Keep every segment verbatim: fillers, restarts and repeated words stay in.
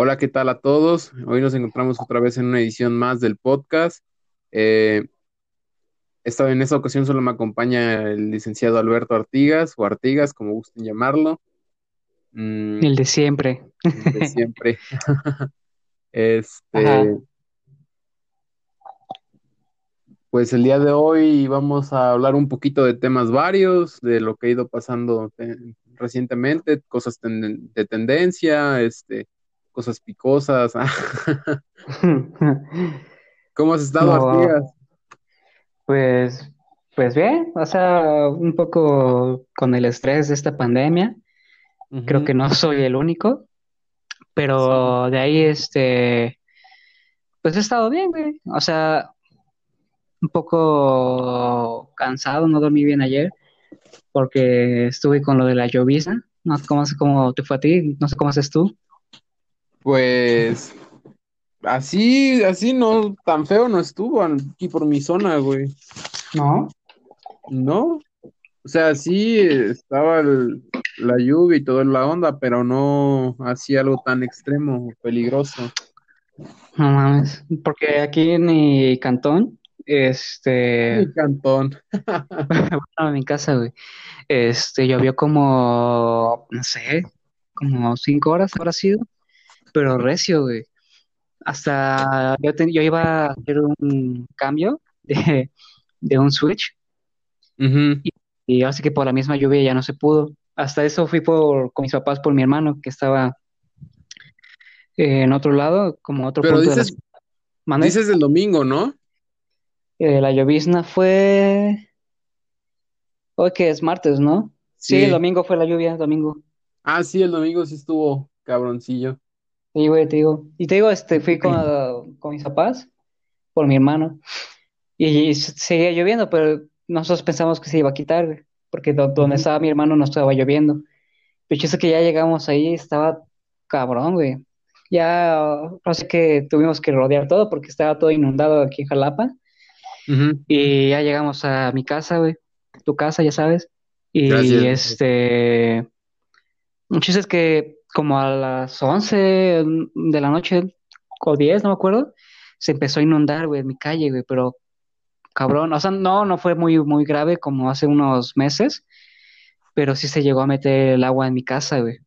Hola, ¿qué tal a todos? Hoy nos encontramos otra vez en una edición más del podcast. Eh, esta, en esta ocasión solo me acompaña el licenciado Alberto Artigas, o Artigas, como gusten llamarlo, mm, El de siempre. de siempre. Este, Ajá. pues el día de hoy vamos a hablar un poquito de temas varios, de lo que ha ido pasando eh, recientemente, cosas ten- de tendencia, este, cosas picosas. ¿Cómo has estado, Como, Artigas? pues, pues bien, o sea, un poco con el estrés de esta pandemia. Creo Ujú. que no soy el único, Sí. pero de ahí, este, pues he estado bien, güey. O sea, un poco cansado, no dormí bien ayer porque estuve con lo de la llovizna. No sé cómo, cómo te fue a ti, no sé cómo haces tú, Pues así, así no, tan feo no estuvo aquí por mi zona, güey. ¿no? ¿No? O sea, sí estaba el- la lluvia y toda la onda, pero no hacía algo tan extremo, peligroso. No mames, porque aquí en mi cantón, Mi este, cantón. bueno, en mi casa, güey. Este, llovió como, no sé, como cinco horas habrá sido, pero recio, güey. Hasta yo, te- yo iba a hacer un cambio de, de un switch Ujú. y, y así que por la misma lluvia ya no se pudo. Hasta eso fui por, con mis papás por mi hermano que estaba eh, en otro lado, como otro Pero punto de la dices, ciudad. ¿Mande? dices el domingo, ¿no? Eh, la llovizna fue, hoy que es martes, ¿no? Sí, el Sí. domingo fue la lluvia, domingo. Ah, sí, el domingo sí estuvo cabroncillo. Sí, güey, te digo. Y te digo, este, fui con, con mis papás por mi hermano. Y s- seguía lloviendo, pero nosotros pensamos que se iba a quitar, güey, porque do- donde Ujú. estaba mi hermano no estaba lloviendo. Pero yo sé que ya llegamos ahí, estaba cabrón, güey. Ya, no sé que tuvimos que rodear todo porque estaba todo inundado aquí en Jalapa. Ujú. Y ya llegamos a mi casa, güey, tu casa, ya sabes. Y Gracias. este, un chiste es que como a las once de la noche o diez no me acuerdo, se empezó a inundar, güey, mi calle, güey, pero cabrón, o sea, no, no fue muy, muy grave como hace unos meses, pero sí se llegó a meter el agua en mi casa, güey.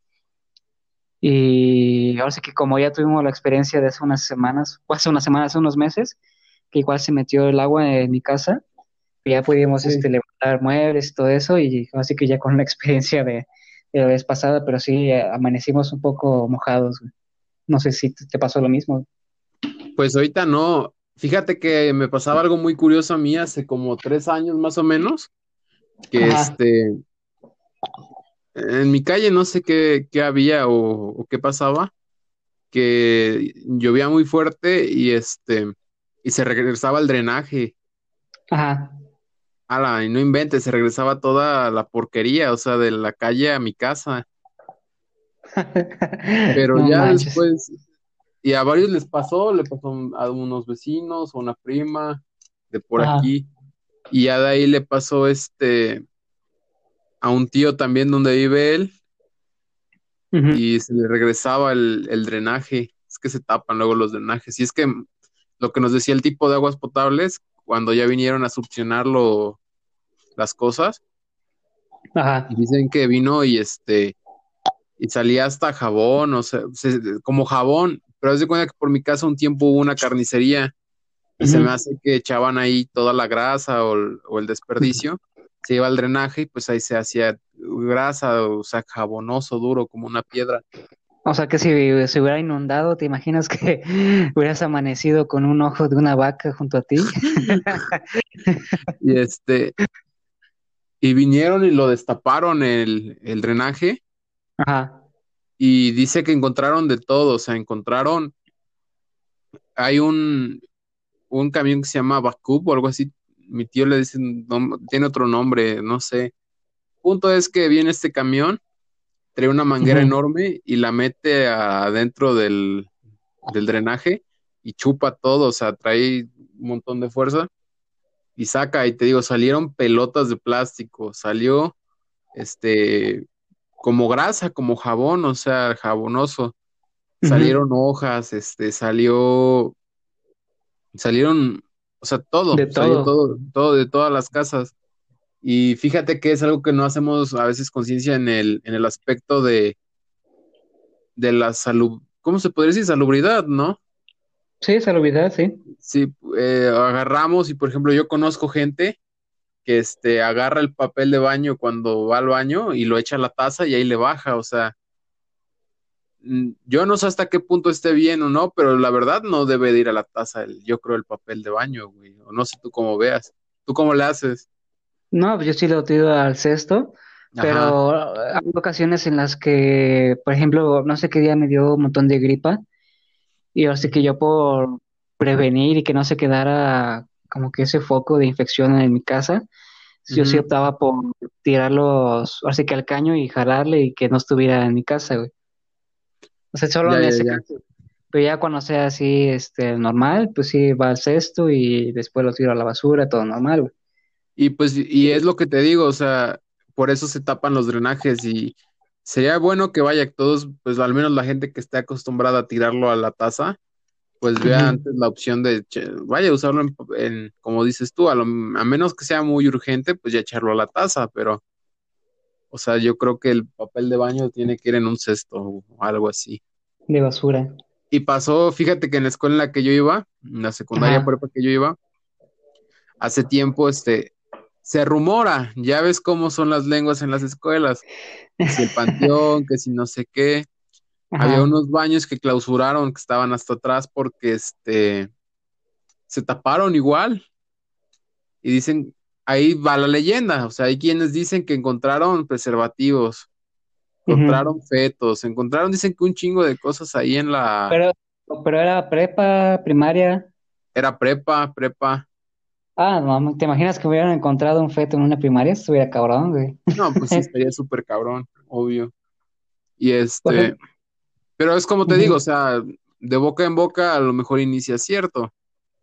Y ahora sí que como ya tuvimos la experiencia de hace unas semanas, o hace unas semanas, hace unos meses, que igual se metió el agua en mi casa, ya pudimos este, Sí. levantar muebles y todo eso, y así que ya con la experiencia de, de la vez pasada, pero sí eh, amanecimos un poco mojados, güey. No sé si te te pasó lo mismo. Pues ahorita no. Fíjate que me pasaba algo muy curioso a mí hace como tres años más o menos, que Ajá, este, en mi calle no sé qué, qué había o, o qué pasaba, que llovía muy fuerte y este, y se regresaba el drenaje. ajá. Ala, y no inventes, se regresaba toda la porquería, o sea, de la calle a mi casa. Pero No ya manches. después, y a varios les pasó, le pasó a unos vecinos, a una prima de por Ajá. aquí, y ya de ahí le pasó este a un tío también donde vive él, Ujú. y se le regresaba el, el drenaje. Es que se tapan luego los drenajes. Y es que lo que nos decía el tipo de aguas potables, cuando ya vinieron a succionarlo las cosas, Ajá. y dicen que vino y este, y salía hasta jabón, o sea, se- como jabón, pero haz de cuenta que por mi casa un tiempo hubo una carnicería y se me Ujú. hace que echaban ahí toda la grasa o el, o el desperdicio, se iba al drenaje y pues ahí se hacía grasa, o sea, jabonoso, duro como una piedra. O sea que si se hubiera inundado, ¿te imaginas que hubieras amanecido con un ojo de una vaca junto a ti? Y este, y vinieron y lo destaparon el, el drenaje Ajá. y dice que encontraron de todo, o sea, encontraron, hay un, un camión que se llama Backup o algo así, mi tío le dice, nom- tiene otro nombre, no sé. Punto es que viene este camión, trae una manguera Ujú. enorme y la mete adentro del, del drenaje y chupa todo, o sea, trae un montón de fuerza y saca, y te digo, salieron pelotas de plástico, salió este como grasa, como jabón, o sea, jabonoso. Ujú. salieron hojas, este, salió, salieron, o sea, todo, De salió todo. todo, todo de todas las casas. Y fíjate que es algo que no hacemos a veces conciencia en el, en el aspecto de, de la salud, ¿cómo se podría decir? Salubridad, ¿no? Sí, salubridad, sí. Sí, eh, agarramos y por ejemplo yo conozco gente que este agarra el papel de baño cuando va al baño y lo echa a la taza y ahí le baja, o sea, mm, yo no sé hasta qué punto esté bien o no, pero la verdad no debe de ir a la taza, el- yo creo el papel de baño, güey, o no sé tú cómo veas, ¿tú cómo le haces? No, pues yo sí lo tiro al cesto, Ajá, pero hay ocasiones en las que, por ejemplo, no sé qué día me dio un montón de gripa y así que yo por prevenir y que no se quedara como que ese foco de infección en mi casa, yo sí ujú, optaba por tirarlos, así que al caño y jalarle y que no estuviera en mi casa, güey. O sea, solo ya, en ya, ese ya. caso. Pero ya cuando sea así, este, normal, pues sí va al cesto y después lo tiro a la basura, todo normal, güey. Y pues, y es lo que te digo, o sea, por eso se tapan los drenajes y sería bueno que vaya todos, pues al menos la gente que esté acostumbrada a tirarlo a la taza pues vea Ujú. antes la opción de, che, vaya, usarlo en, en, como dices tú, a, lo, a menos que sea muy urgente, pues ya echarlo a la taza, pero, o sea, yo creo que el papel de baño tiene que ir en un cesto o algo así. De basura. Y pasó, fíjate que en la escuela en la que yo iba, en la secundaria Ajá. prepa que yo iba, hace tiempo, este, se rumora, ya ves cómo son las lenguas en las escuelas, que si el panteón, que si no sé qué, había Ajá. unos baños que clausuraron, que estaban hasta atrás porque, este, se taparon igual. Y dicen, ahí va la leyenda, o sea, hay quienes dicen que encontraron preservativos, Ujú. encontraron fetos, encontraron, dicen que un chingo de cosas ahí en la, Pero, pero era prepa, primaria. era prepa, prepa, Ah, no, ¿te imaginas que hubieran encontrado un feto en una primaria? Estuviera cabrón, güey. no, pues sí, estaría súper cabrón, obvio. Y Por este, ejemplo, pero es como te digo, o ujú. sea, de boca en boca a lo mejor inicia cierto,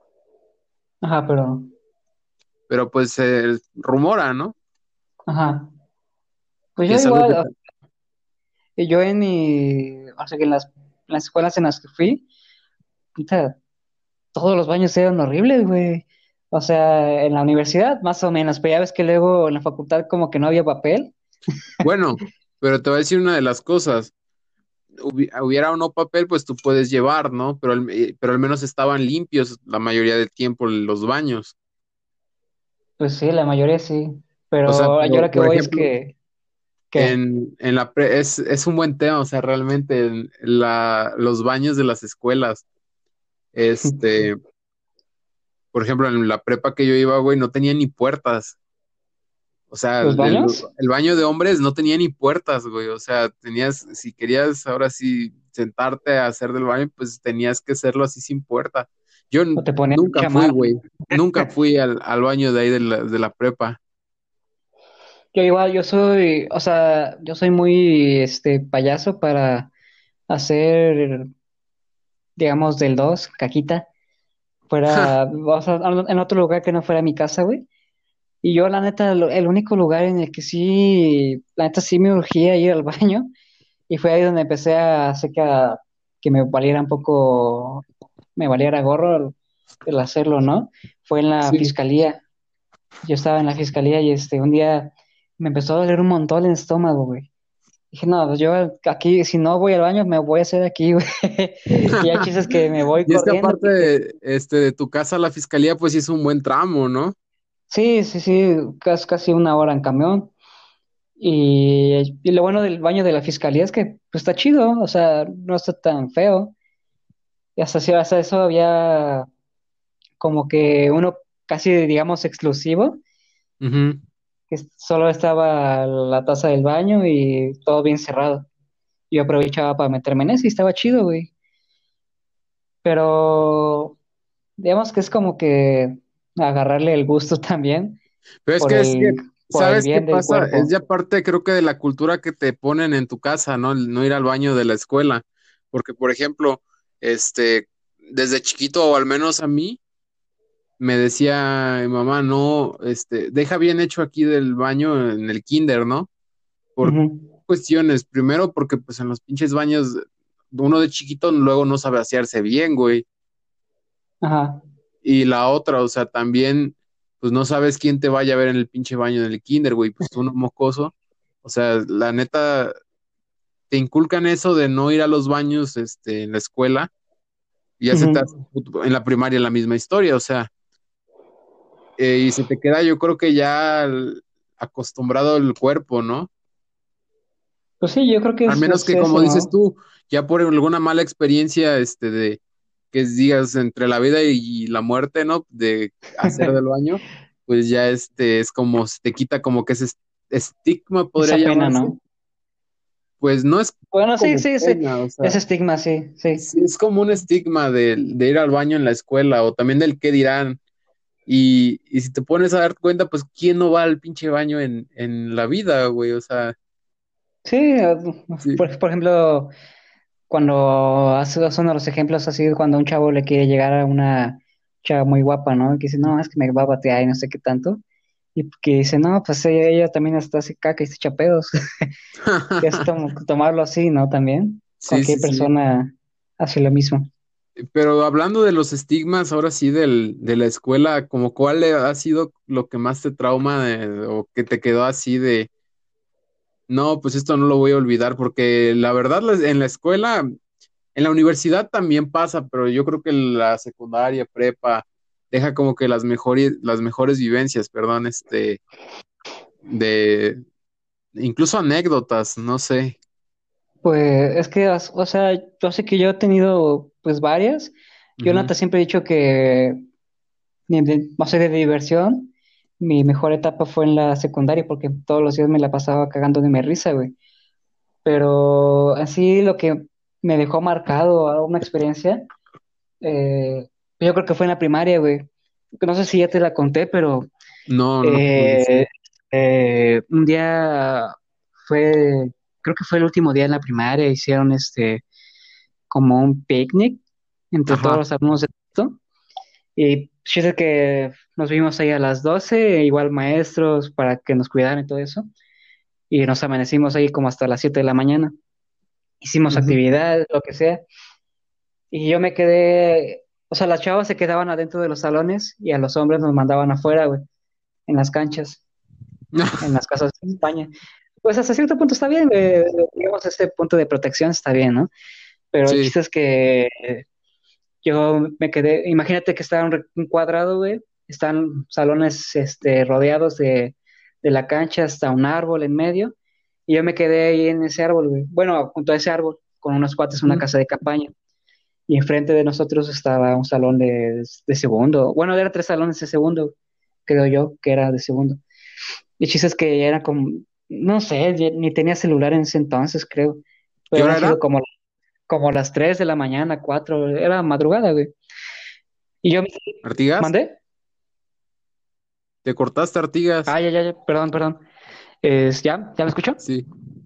Ajá, pero, pero pues se rumora, ¿no? ajá. Pues Y yo es algo que, igual, o ta- sea, yo en mi, o sea, que en las, en las escuelas en las que fui, puta, todos los baños eran horribles, güey. O sea, en la universidad, más o menos, pero ya ves que luego en la facultad como que no había papel. bueno, pero te voy a decir una de las cosas. Hubi- hubiera o no papel, pues tú puedes llevar, ¿no? Pero al, eh, pero al menos estaban limpios la mayoría del tiempo los baños. Pues sí, la mayoría sí. O sea, Pero yo pero, lo que por voy es ejemplo, que, ¿qué? en, en la pre- es, es un buen tema, o sea, realmente en la, los baños de las escuelas, este, por ejemplo, en la prepa que yo iba, güey, no tenía ni puertas. O sea, ¿Los el, el- baños? el baño de hombres no tenía ni puertas, güey. O sea, tenías, si querías ahora sí sentarte a hacer del baño, pues tenías que hacerlo así sin puerta. Yo ¿O n- te ponían nunca fui, chamar? güey. Nunca fui al, al baño de ahí de la, de la prepa. Yo igual, yo soy, o sea, yo soy muy, este, payaso para hacer, digamos, del dos, caquita, fuera, o sea, en otro lugar que no fuera mi casa, güey. Y yo, la neta, lo- el único lugar en el que sí, la neta sí me urgía ir al baño, y fue ahí donde empecé a hacer que, a- que me valiera un poco, me valiera gorro el, el hacerlo, ¿no? Fue en la Sí. fiscalía. Yo estaba en la fiscalía y este, un día me empezó a doler un montón el estómago, güey. Dije, no, pues yo aquí, si no voy al baño, me voy a hacer aquí, güey. Y hay chistes que me voy Y es que corriendo aparte porque, de, este, de tu casa a la fiscalía, pues sí es un buen tramo, ¿no? sí, sí, sí, casi, casi una hora en camión. Y, y lo bueno del baño de la fiscalía es que pues, está chido, o sea, no está tan feo. Y hasta, sí- hasta eso había como que uno casi, digamos, exclusivo, Ujú. que solo estaba la taza del baño y todo bien cerrado. Yo aprovechaba para meterme en ese y estaba chido, güey. Pero digamos que es como que agarrarle el gusto también Pero es por que es que, el, por el ¿sabes qué bien del pasa? Es cuerpo. ya parte, creo que de la cultura que te ponen en tu casa, ¿no? El no ir al baño de la escuela. Porque, por ejemplo, este, desde chiquito, o al menos a mí, me decía mi mamá, no, este, deja bien hecho aquí del baño en el kinder, ¿no? Por Ujú. cuestiones. Primero, porque pues en los pinches baños. uno de chiquito luego no sabe asearse bien, güey. Ajá. Y la otra, o sea, también, pues no sabes quién te vaya a ver en el pinche baño en el kinder, güey, pues uno mocoso. O sea, la neta, te inculcan eso de no ir a los baños, este, en la escuela, y ya se te hace Ujú. en la primaria la misma historia, o sea, eh, y se te queda, yo creo que ya el- acostumbrado el cuerpo, ¿no? Pues sí, yo creo que Al es, menos es que, como eso, dices ¿no? tú, ya por alguna mala experiencia, este, de que digas entre la vida y la muerte, ¿no? De hacer del baño, pues ya este es como se te quita como que ese est- estigma, podría Esa pena, llamarse. ¿no? Pues no es Bueno, sí, como sí, sí. pena, o sea, Ese estigma, sí, sí. sí es como un estigma de, de ir al baño en la escuela o también del qué dirán. Y, y si te pones a dar cuenta, pues ¿quién no va al pinche baño en, en la vida, güey? O sea, Sí, eh, sí. por, por ejemplo, cuando hace- son de los ejemplos así, cuando un chavo le quiere llegar a una chava muy guapa, ¿no? Que dice, no, es que me va a batear y no sé qué tanto. Y que dice, no, pues ella, ella también está así caca y se echa pedos. Que es tom- tomarlo así, ¿no? También. Sí, Cualquier sí, sí. persona hace lo mismo. Pero hablando de los estigmas, ahora sí, del, de la escuela, como cuál ha sido lo que más te trauma de- o que te quedó así de, no, pues esto no lo voy a olvidar, porque la verdad la- en la escuela, en la universidad también pasa, pero yo creo que la secundaria, prepa, deja como que las mejores, las mejores vivencias, perdón, este, de, incluso anécdotas, no sé. Pues es que, as- o sea, yo sé que yo he tenido pues varias. Yo, Ujú. Nata, siempre he dicho que, de, de- no sé, de diversión, mi mejor etapa fue en la secundaria porque todos los días me la pasaba cagando de mi risa, güey. Pero así lo que me dejó marcado a una experiencia, eh, yo creo que fue en la primaria, güey. No sé si ya te la conté, pero No, no, no lo sé. eh, eh, un día fue, creo que fue el último día en la primaria, hicieron este como un picnic entre todos Ajá. los alumnos de esto. Y chiste que nos vimos ahí a las doce igual maestros para que nos cuidaran y todo eso. Y nos amanecimos ahí como hasta las siete de la mañana. Hicimos Ujú. actividades, lo que sea. Y yo me quedé, o sea, las chavas se quedaban adentro de los salones y a los hombres nos mandaban afuera, güey, en las canchas, en las casas de España. Pues hasta cierto punto está bien, eh, digamos, ese punto de protección está bien, ¿no? Pero el Sí, chiste es que yo me quedé, imagínate que está un, re- un cuadrado, güey, están salones este, rodeados de, de la cancha hasta un árbol en medio, y yo me quedé ahí en ese árbol, güey. Bueno, junto a ese árbol, con unos cuates, una ujú. casa de campaña, y enfrente de nosotros estaba un salón de, de segundo. Bueno, eran tres salones de segundo, creo yo, que era de segundo. Y el chiste es que ya era como, no sé, ya ni tenía celular en ese entonces, creo, ¿Qué pero hora habrán era? sido como, como las tres de la mañana, cuatro, era madrugada, güey. Y yo me ¿Artigas? mandé. ¿Te cortaste, Artigas? Ah, ya, ya, ya, perdón, perdón. Es, ¿ya? ¿Ya me escuchó? Sí,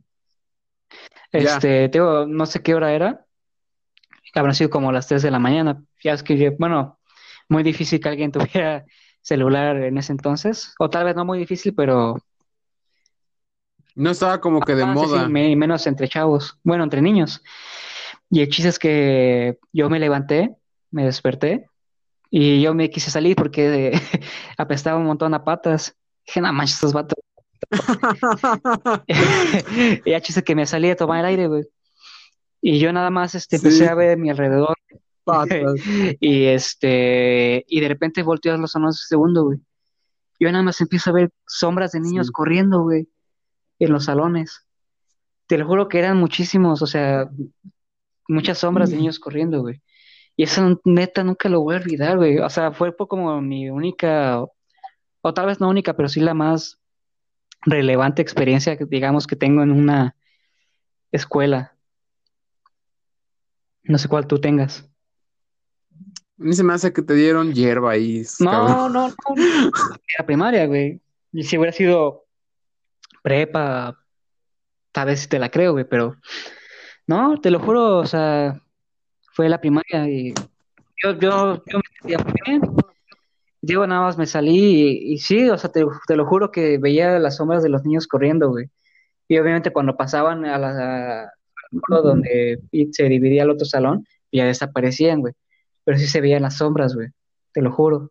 ya. Este, te digo, no sé qué hora era. Habrán sido como las tres de la mañana. Ya es que, yo- bueno, muy difícil que alguien tuviera celular en ese entonces. O tal vez no muy difícil, pero No estaba como que de más decir, moda. me- menos entre chavos. Bueno, entre niños. Y el chiste es que yo me levanté, me desperté y yo me quise salir porque apestaba un montón a patas. Dije, no manches, estos vatos. Y ya chiste que me salí a tomar el aire, güey. Y yo nada más este, empecé Sí, a ver a mi alrededor patas. y este y de repente volteo a los sonos de segundo, güey. Yo nada más empiezo a ver sombras de niños Sí. corriendo, güey, en los salones. Te lo juro que eran muchísimos, o sea, muchas sombras de niños corriendo, güey. Y eso neta nunca lo voy a olvidar, güey. O sea, fue po- como mi única, o tal vez no única, pero sí la más relevante experiencia que digamos que tengo en una escuela. No sé cuál tú tengas. A mí se me hace que te dieron hierba ahí, cabrón. No, no, no, era primaria, güey. Y si hubiera sido prepa, tal vez sí te la creo, güey, pero no, te lo juro, o sea, fue la primaria y yo, yo, yo me sentía muy bien. Digo, nada más me salí y, y sí, o sea, te, te lo juro que veía las sombras de los niños corriendo, güey. Y obviamente cuando pasaban a la, donde y se dividía el otro salón y ya desaparecían, güey. Pero sí se veían las sombras, güey, te lo juro.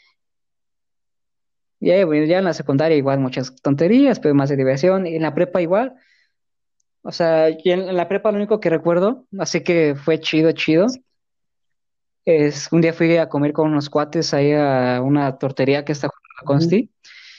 Y ahí, güey, ya en la secundaria igual muchas tonterías, pero más de diversión. Y en la prepa igual. O sea, y en, en la prepa lo único que recuerdo, así que fue chido, chido, es un día fui a comer con unos cuates ahí a una tortería que está junto a la Ujú. Consti.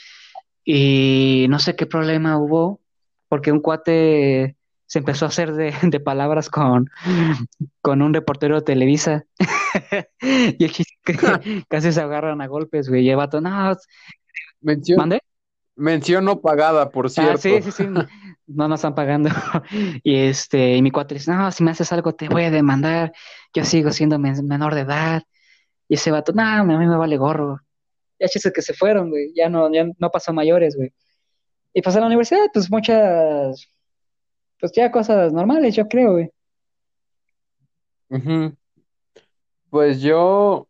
Y no sé qué problema hubo, porque un cuate se empezó a hacer de, de palabras con, con un reportero de Televisa. Y el chiste es que casi se agarran a golpes, güey. Y el vato, no, Mención, ¿mande? mención no pagada, por Ah, sí, cierto. sí, sí, no nos están pagando. Y este, y mi cuate dice, no, si me haces algo te voy a demandar. Yo sigo siendo men- menor de edad. Y ese vato, no, a mí me vale gorro. Ya chistes que se fueron, güey. Ya no, ya no pasó mayores, güey. Y pues en la universidad, pues muchas, pues ya cosas normales, yo creo, güey. Ujú. Pues yo,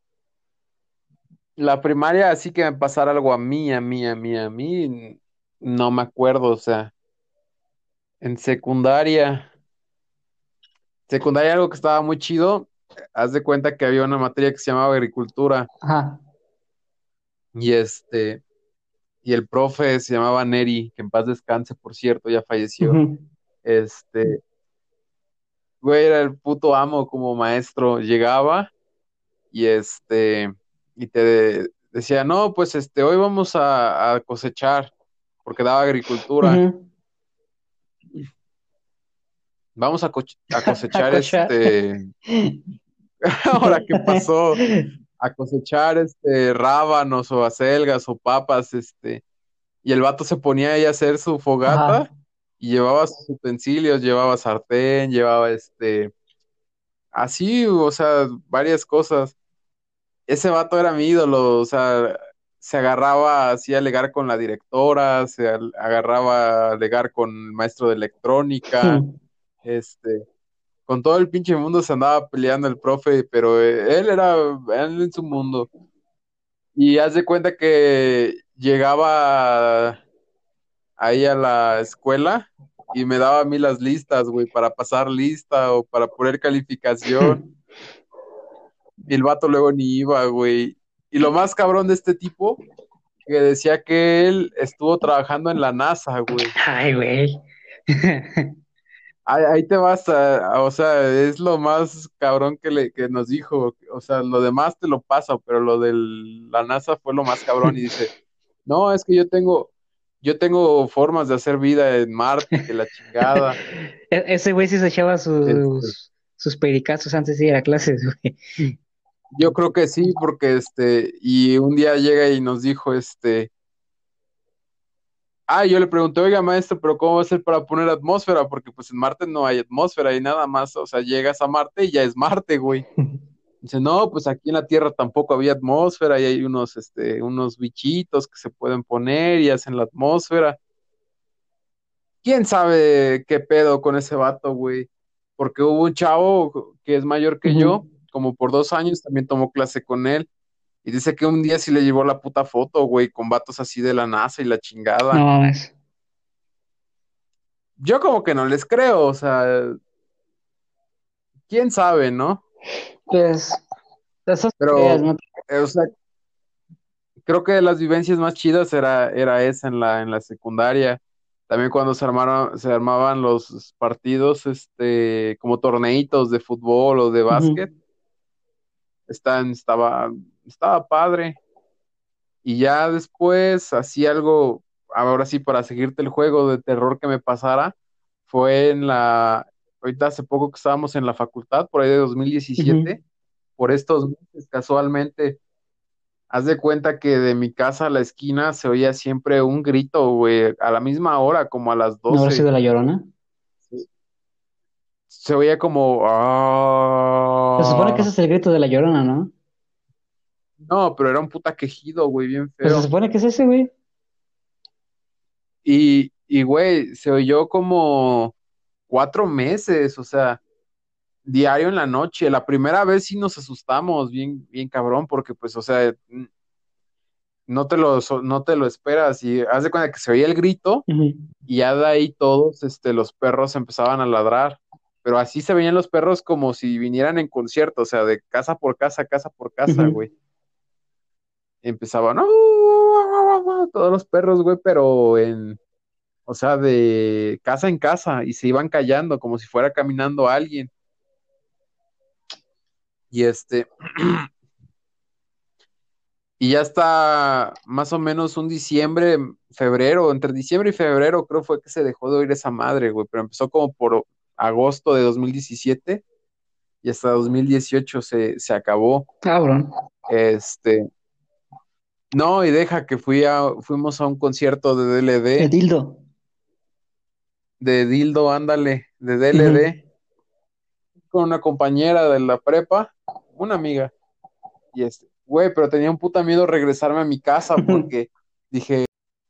la primaria, así que me pasara algo a mí, a mí, a mí, a mí, no me acuerdo, o sea, en secundaria, secundaria algo que estaba muy chido, haz de cuenta que había una materia que se llamaba agricultura Ajá. y este, y el profe se llamaba Neri, que en paz descanse, por cierto, ya falleció. Ujú. Este, güey, era el puto amo como maestro, llegaba y este, y te decía, no, pues este, hoy vamos a, a cosechar, porque daba agricultura, Ujú. vamos a, co- a A cosechar cochar. este, ahora qué pasó, a cosechar este rábanos o acelgas o papas, este, y el vato se ponía ahí a hacer su Ajá. fogata y llevaba sus utensilios, llevaba sartén, llevaba este, así, o sea, varias cosas. Ese vato era mi ídolo, o sea, se agarraba así a alegar con la directora, se al- agarraba a alegar con el maestro de electrónica, este, con todo el pinche mundo se andaba peleando el profe, pero eh, él era, él en su mundo. Y haz de cuenta que llegaba ahí a la escuela y me daba a mí las listas, güey, para pasar lista o para poner calificación. Y el vato luego ni iba, güey. Y lo más cabrón de este tipo, que decía que él estuvo trabajando en la NASA, güey. Ay, güey. Ahí, ahí te vas a, a- o sea, es lo más cabrón que, le, que nos dijo. O sea, lo demás te lo pasa, pero lo de la NASA fue lo más cabrón. Y dice, no, es que yo tengo, yo tengo formas de hacer vida en Marte y que la chingada. E- Ese güey sí se echaba Este, sus, sus pericazos antes de ir a clases, güey. yo creo que sí, porque este, y un día llega y nos dijo, este, ah, yo le pregunté, oiga, maestro, pero ¿cómo va a ser para poner atmósfera? Porque pues en Marte no hay atmósfera y nada más, o sea, llegas a Marte y ya es Marte, güey. Dice, no, pues aquí en la Tierra tampoco había atmósfera y hay unos, este, unos bichitos que se pueden poner y hacen la atmósfera. ¿Quién sabe qué pedo con ese vato, güey? Porque hubo un chavo que es mayor que yo, Ujú. como por dos años, también tomó clase con él. Y dice que un día sí le llevó la puta foto, güey, con vatos así de la NASA y la No chingada. mames. Yo como que no les creo, o sea, quién sabe, ¿no? Pues, esas creas, Pero, ¿no? eh, o sea, creo que de las vivencias más chidas era, era esa en la, en la secundaria. También cuando se armaron, se armaban los partidos, este, como torneitos de fútbol o de básquet, Ujú. están, estaba, estaba padre. Y ya después, así algo, ahora sí, para seguirte el juego de terror que me pasara, fue en la, ahorita hace poco que estábamos en la facultad, por ahí de dos mil Ujú. diecisiete por estos meses casualmente. Haz de cuenta que de mi casa a la esquina se oía siempre un grito, güey, a la misma hora, como a las ¿No habrá doce. sido la Llorona? Se oía como... Se supone que ese "Ah". es el grito de la Llorona, ¿no? No, pero era un puta quejido, güey, bien Pues se feo. supone que es ese, güey. Y, y, güey, se oyó como cuatro meses, o sea, diario en la noche. La primera vez sí nos asustamos, bien, bien cabrón, porque pues, o sea, no te lo, so- no te lo esperas y haz de cuenta que se oía el grito Ujú. y ya de ahí todos, este, los perros empezaban a ladrar, pero así se veían los perros como si vinieran en concierto, o sea, de casa por casa, casa por casa, Ujú. güey. Empezaban, "Uh, todos los perros, güey, pero en, o sea, de casa en casa y se iban callando como si fuera caminando alguien. Y este, y ya está más o menos un diciembre, febrero, entre diciembre y febrero creo fue que se dejó de oír esa madre, güey, pero empezó como por agosto de dos mil diecisiete y hasta dos mil dieciocho se, se acabó. Cabrón. Este, no, y deja que fui a, fuimos a un concierto de El D L D, dildo. de Dildo, ándale, de Ujú. D L D, con una compañera de la prepa, una amiga, y este, güey, pero tenía un puta miedo regresarme a mi casa porque dije,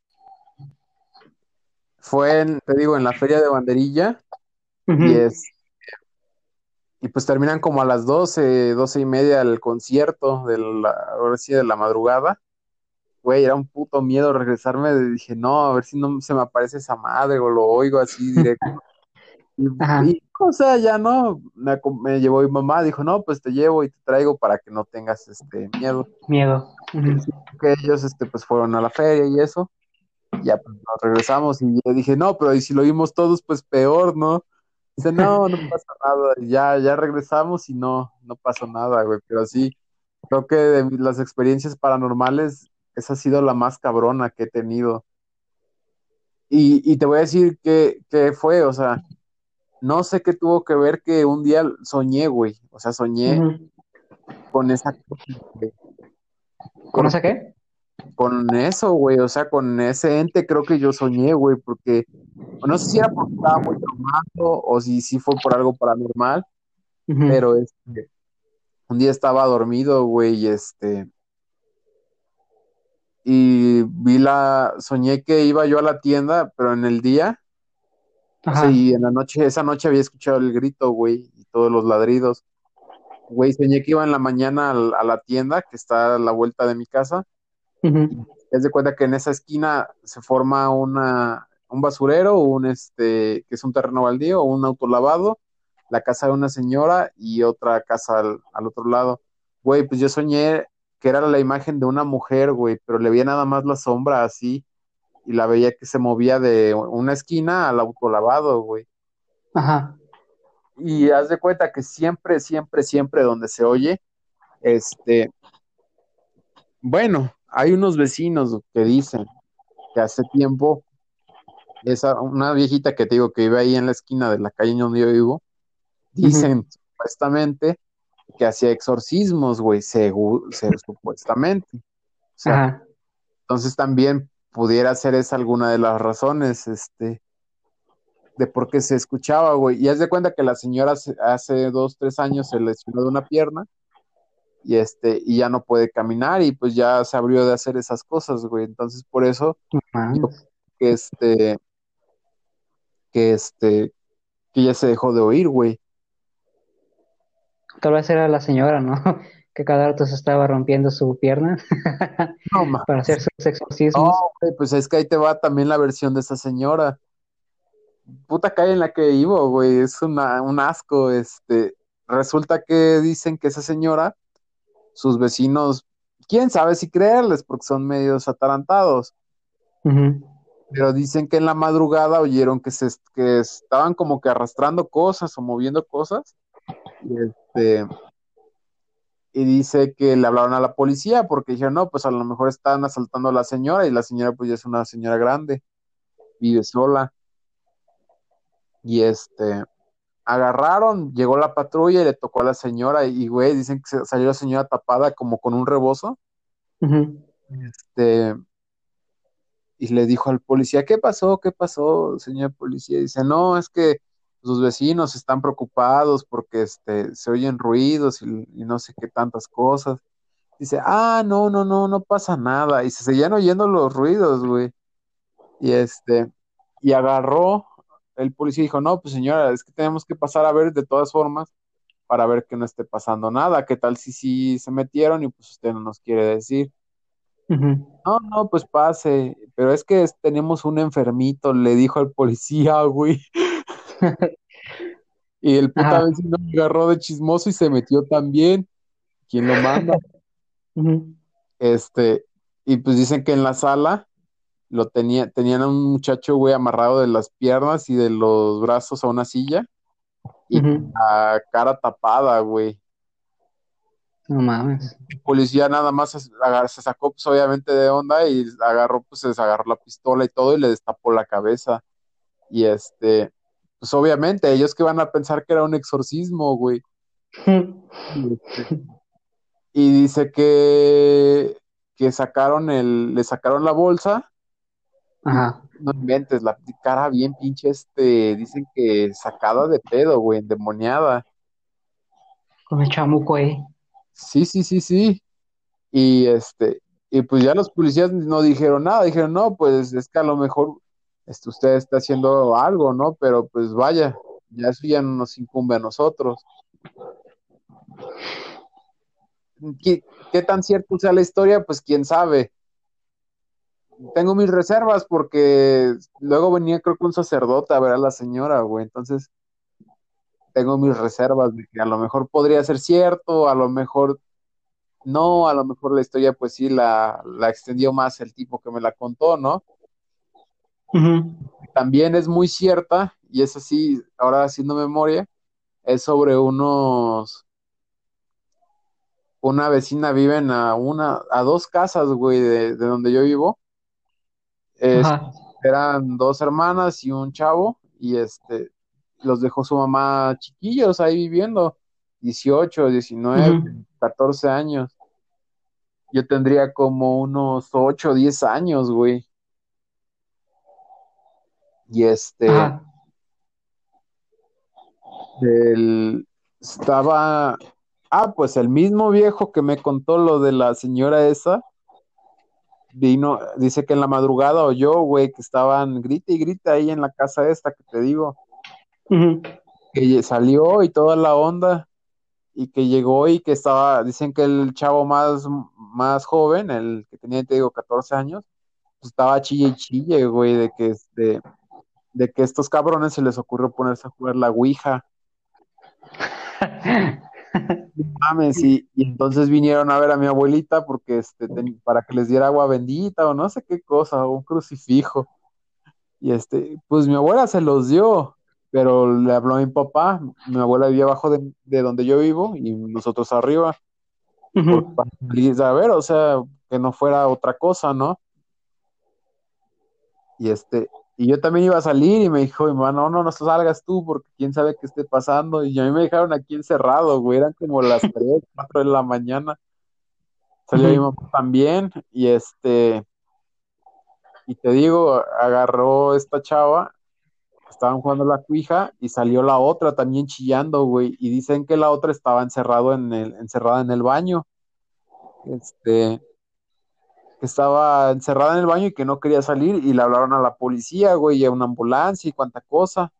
fue en, te digo, en la feria de Banderilla, y Ujú. es, y pues terminan como a las doce doce y media el concierto de la, ahora sí, de la madrugada. Güey, era un puto miedo regresarme, dije, no, a ver si no se me aparece esa madre o lo oigo así directo. Y, Ajá. y, o sea, ya no, me, acom- me llevó mi mamá, dijo, no, pues te llevo y te traigo para que no tengas este miedo. Miedo. Y Ujú. sí, que ellos este, pues fueron a la feria y eso, y ya pues nos regresamos y yo dije, no, pero y si lo vimos todos, pues peor, ¿no? Dice, no, no pasa nada, y ya, ya regresamos y no, no pasó nada, güey, pero sí, creo que de mi- las experiencias paranormales, esa ha sido la más cabrona que he tenido. Y, y te voy a decir que, que fue, o sea, no sé qué tuvo que ver que un día soñé, güey, o sea, soñé Ujú. con esa cosa, güey, ¿Conoce porque qué? con eso, güey, o sea, con ese ente creo que yo soñé, güey, porque no sé si era porque estaba muy traumado o si sí fue por algo paranormal, Ujú. pero este, un día estaba dormido, güey, y este, y vi la, soñé que iba yo a la tienda, pero en el día, o sea, Ajá. y en la noche, esa noche había escuchado el grito, güey, y todos los ladridos. Güey, soñé que iba en la mañana al- a la tienda que está a la vuelta de mi casa y Ujú. haz de cuenta que en esa esquina se forma una, un basurero, un este, que es un terreno baldío, o un autolavado, la casa de una señora y otra casa al, al otro lado. Güey, pues yo soñé que era la imagen de una mujer, güey, pero le veía nada más la sombra así y la veía que se movía de una esquina al autolavado, güey. Ajá. Y haz de cuenta que siempre, siempre, siempre donde se oye, este, bueno, hay unos vecinos que dicen que hace tiempo, esa, una viejita que te digo que vive ahí en la esquina de la calle donde yo vivo, Ujú. dicen supuestamente que hacía exorcismos, güey, segu- se- supuestamente. O sea, Ajá. entonces también pudiera ser esa alguna de las razones, este, de por qué se escuchaba, güey. Y haz de cuenta que la señora hace, hace dos, tres años se lesionó de una pierna y este, y ya no puede caminar y pues ya se abrió de hacer esas cosas, güey. Entonces por eso No yo mames. que este, que este, que ya se dejó de oír, güey. Tal vez era la señora, ¿no? Que cada rato se estaba rompiendo su pierna No, ma, para hacer sus no, exorcismos. güey, pues es que ahí te va también la versión de esa señora. Puta calle en la que vivo, güey, es una, un asco, este. Resulta que dicen que esa señora, sus vecinos, quién sabe si creerles, porque son medios atarantados, Ujú. pero dicen que en la madrugada oyeron que se que estaban como que arrastrando cosas o moviendo cosas, y este, y dice que le hablaron a la policía porque dijeron, no, pues a lo mejor están asaltando a la señora y la señora pues ya es una señora grande, vive sola y este, agarraron, llegó la patrulla y le tocó a la señora y güey, dicen que se- salió la señora tapada como con un rebozo, Ujú. este, y le dijo al policía, ¿qué pasó? ¿Qué pasó, señor policía? Y dice, no, es que sus vecinos están preocupados porque este, se oyen ruidos y, y no sé qué tantas cosas. Dice, ah, no, no, no, no pasa nada. Y se seguían oyendo los ruidos, güey. Y este, y agarró, el policía dijo, no, pues señora, es que tenemos que pasar a ver de todas formas para ver que no esté pasando nada. ¿Qué tal si sí se metieron y pues usted no nos quiere decir? Ujú. No, no, pues pase, pero es que es- tenemos un enfermito, le dijo al policía, güey. Y el puta Ajá. vecino me agarró de chismoso y se metió también. ¿Quién lo manda? Ujú. Este, y pues dicen que en la sala lo tenía, tenían a un muchacho, güey, amarrado de las piernas y de los brazos a una silla y con Ujú. la cara tapada, güey. No mames. El policía nada más se, agar- se sacó, pues obviamente de onda y agarró, pues se agarró la pistola y todo y le destapó la cabeza. Y este, pues obviamente, ellos que van a pensar que era un exorcismo, güey. Y, este, y dice que, que sacaron el, le sacaron la bolsa y Ajá. no inventes, la cara bien pinche, este, dicen que sacada de pedo, güey, endemoniada. Con el chamuco ahí. Sí, sí, sí, sí. Y este, y pues ya los policías no dijeron nada, dijeron, no, pues es que a lo mejor este, usted está haciendo algo, ¿no? Pero pues vaya, ya eso ya no nos incumbe a nosotros. ¿Qué, qué tan cierto sea la historia? Pues quién sabe. Tengo mis reservas porque luego venía creo que un sacerdote a ver a la señora, güey. Entonces tengo mis reservas de que a lo mejor podría ser cierto, a lo mejor no, a lo mejor la historia pues sí la, la extendió más el tipo que me la contó, ¿no? Ujú. También es muy cierta, y es así, ahora haciendo memoria, es sobre unos, una vecina viven a una, a dos casas, güey, de, de donde yo vivo. Es, Ajá. eran dos hermanas y un chavo, y este, los dejó su mamá chiquillos ahí viviendo, dieciocho diecinueve Ujú. catorce años. Yo tendría como unos ocho o diez años, güey. Y este, Ajá. el, estaba, ah, pues el mismo viejo que me contó lo de la señora esa, vino, dice que en la madrugada oyó, güey, que estaban grita y grita ahí en la casa esta que te digo, Ujú. que salió y toda la onda, y que llegó y que estaba, dicen que el chavo más, más joven, el que tenía, te digo, catorce años, pues estaba chille y chille, güey, de que este, de que estos cabrones se les ocurrió ponerse a jugar la Ouija. Mames, y, y entonces vinieron a ver a mi abuelita porque este ten- para que les diera agua bendita o no sé qué cosa, o un crucifijo. Y este, pues mi abuela se los dio, pero le habló a mi papá, mi abuela vivía abajo de, de donde yo vivo y nosotros arriba, porque Ujú. para salir a ver, o sea, que no fuera otra cosa, ¿no? Y este, y yo también iba a salir y me dijo, mi mamá, no, no, no salgas tú porque quién sabe qué esté pasando. Y a mí me dejaron aquí encerrado, güey, eran como las tres cuatro de la mañana. Salió mi Ujú. mamá también y este, y te digo, agarró esta chava, estaban jugando la cuija y salió la otra también chillando, güey, y dicen que la otra estaba encerrado en el, encerrada en el baño, este, que estaba encerrada en el baño y que no quería salir y le hablaron a la policía, güey, y a una ambulancia y cuánta cosa.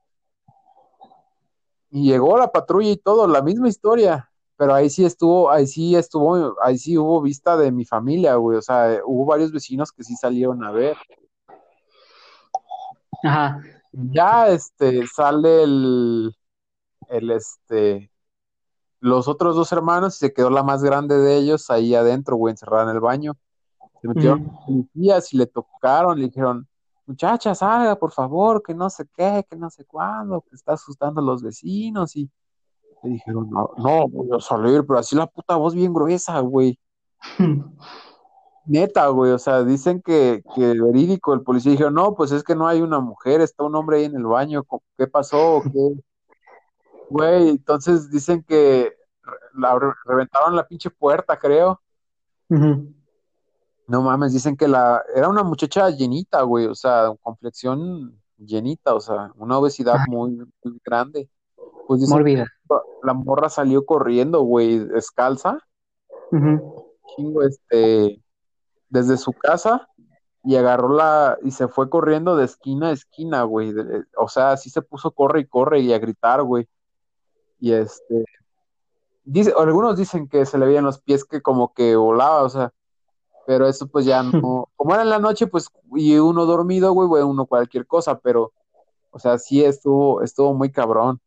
Y llegó la patrulla y todo, la misma historia. Pero ahí sí estuvo, ahí sí estuvo, ahí sí hubo vista de mi familia, güey. O sea, hubo varios vecinos que sí salieron a ver. Ajá. Ya este sale el, el este, los otros dos hermanos y se quedó la más grande de ellos ahí adentro, güey, encerrada en el baño. Se metieron Ujú. policías y le tocaron, le dijeron, muchacha, salga, por favor, que no sé qué, que no sé cuándo, que está asustando a los vecinos. Y le dijeron, no, no voy a salir, pero así la puta voz bien gruesa, güey. Neta, güey, o sea, dicen que, que verídico, el policía dijo, no, pues es que no hay una mujer, está un hombre ahí en el baño, ¿co- ¿qué pasó? ¿Qué? Güey, entonces dicen que la, re- reventaron la pinche puerta, creo. Ujú. No mames, dicen que la, era una muchacha llenita, güey, o sea, con flexión llenita, o sea, una obesidad Ajá. muy, muy grande. Pues dicen que Mórbida. la morra salió corriendo, güey, descalza, Ujú. chingo, este, desde su casa y agarró la y se fue corriendo de esquina a esquina, güey. de- O sea, sí se puso corre y corre y a gritar, güey. Y este, dice, algunos dicen que se le veían los pies que como que volaba, o sea, pero eso pues ya no, como era en la noche, pues, y uno dormido, güey, güey, uno cualquier cosa, pero, o sea, sí estuvo, estuvo muy cabrón.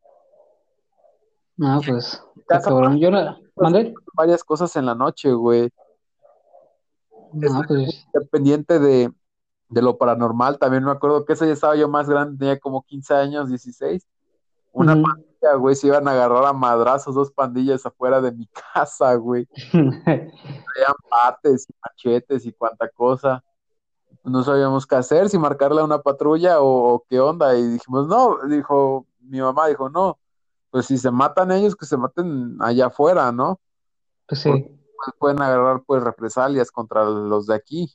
No, pues, En está casa cabrón. Yo la pasan mandé. varias cosas en la noche, güey. No, Estoy muy pues, pendiente de, de lo paranormal, también me acuerdo que ese ya estaba yo más grande, tenía como quince años, dieciséis. Una ujú. pandilla, güey, se iban a agarrar a madrazos dos pandillas afuera de mi casa, güey. Traían bates y machetes y cuanta cosa. No sabíamos qué hacer, si marcarle a una patrulla o, o qué onda. Y dijimos, no, dijo, mi mamá dijo, no, pues si se matan ellos, que se maten allá afuera, ¿no? Pues Porque sí, pues, pueden agarrar pues represalias contra los de aquí.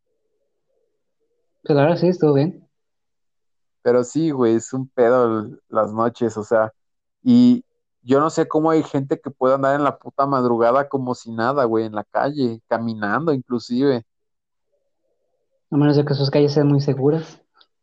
pues la verdad sí, estuvo bien. Pero sí, güey, es un pedo el- las noches, o sea, y yo no sé cómo hay gente que puede andar en la puta madrugada como si nada, güey, en la calle, caminando inclusive. A menos de que sus calles sean muy seguras.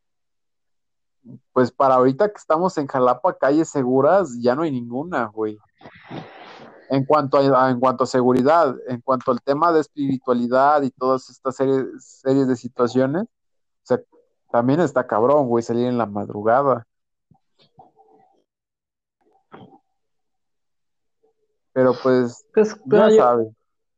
Pues para ahorita que estamos en Jalapa, calles seguras, ya no hay ninguna, güey. En cuanto a, en cuanto a seguridad, en cuanto al tema de espiritualidad y todas estas series, series de situaciones, o sea, también está cabrón, güey, salir en la madrugada. Pero pues, Pues, ya bueno, yo, sabes.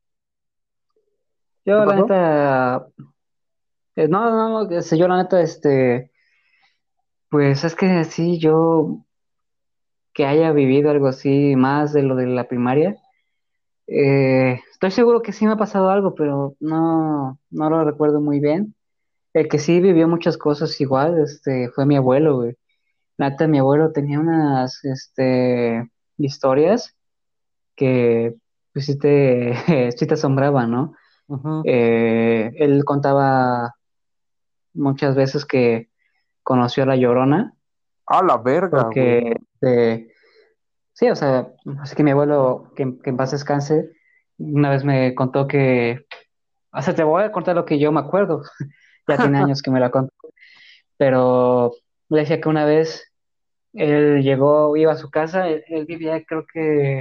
¿Qué yo la pasó? neta, eh, no, no, no, que sé, yo la neta, este, pues es que sí, yo que haya vivido algo así más de lo de la primaria, eh, estoy seguro que sí me ha pasado algo, pero no, no lo recuerdo muy bien. El que sí vivió muchas cosas igual, este, fue mi abuelo, güey. La neta, mi abuelo tenía unas, este, historias que, pues sí te, sí te asombraban, ¿no? Ujú. Eh, él contaba muchas veces que conoció a la Llorona, A la verga, güey. porque, eh, sí, o sea, así que mi abuelo, que, que en paz descanse, una vez me contó que, o sea, te voy a contar lo que yo me acuerdo, ya tiene años que me la contó, pero le decía que una vez él llegó, iba a su casa, él, él vivía creo que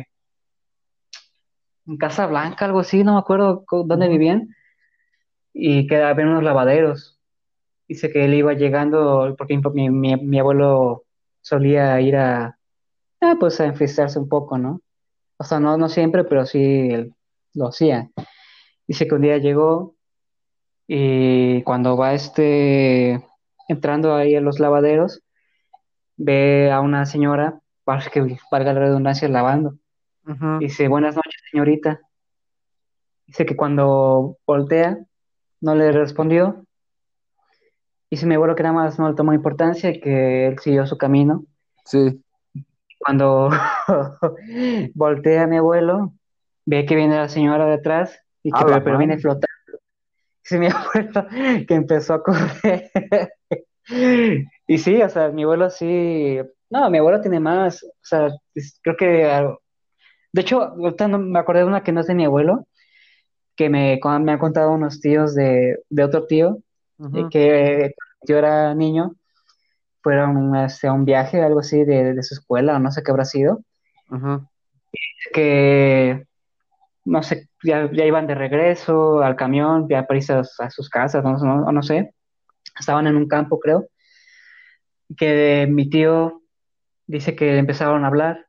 en Casa Blanca, algo así, no me acuerdo co- dónde Ujú. vivían, y que había unos lavaderos. Dice que él iba llegando, porque mi, mi, mi abuelo solía ir a, ah, pues a enfiestarse un poco, ¿no? O sea, no, no siempre, pero sí él lo hacía. Dice que un día llegó y cuando va este entrando ahí a los lavaderos, ve a una señora, para que valga la redundancia, lavando. Ujú. Dice, buenas noches, señorita. Dice que cuando voltea, no le respondió. Dice mi abuelo que nada más no le tomó importancia y que él siguió su camino. Sí. Cuando voltea mi abuelo, ve que viene la señora detrás y A que la pero, pero viene madre. flotando. Dice mi abuelo que empezó a correr. Y sí, o sea, mi abuelo sí. No, mi abuelo tiene más. O sea, es- creo que. ah, De hecho, ahorita no, me acordé de una que no es de mi abuelo, que me, con- me han contado unos tíos de, de otro tío, eh, Ujú. que yo era niño, fueron este, a un viaje, algo así, de, de su escuela, o no sé qué habrá sido, Ujú. que no sé, ya, ya iban de regreso al camión, ya para irse a, a sus casas, no, no, no sé, estaban en un campo, creo, que mi tío dice que empezaron a hablar.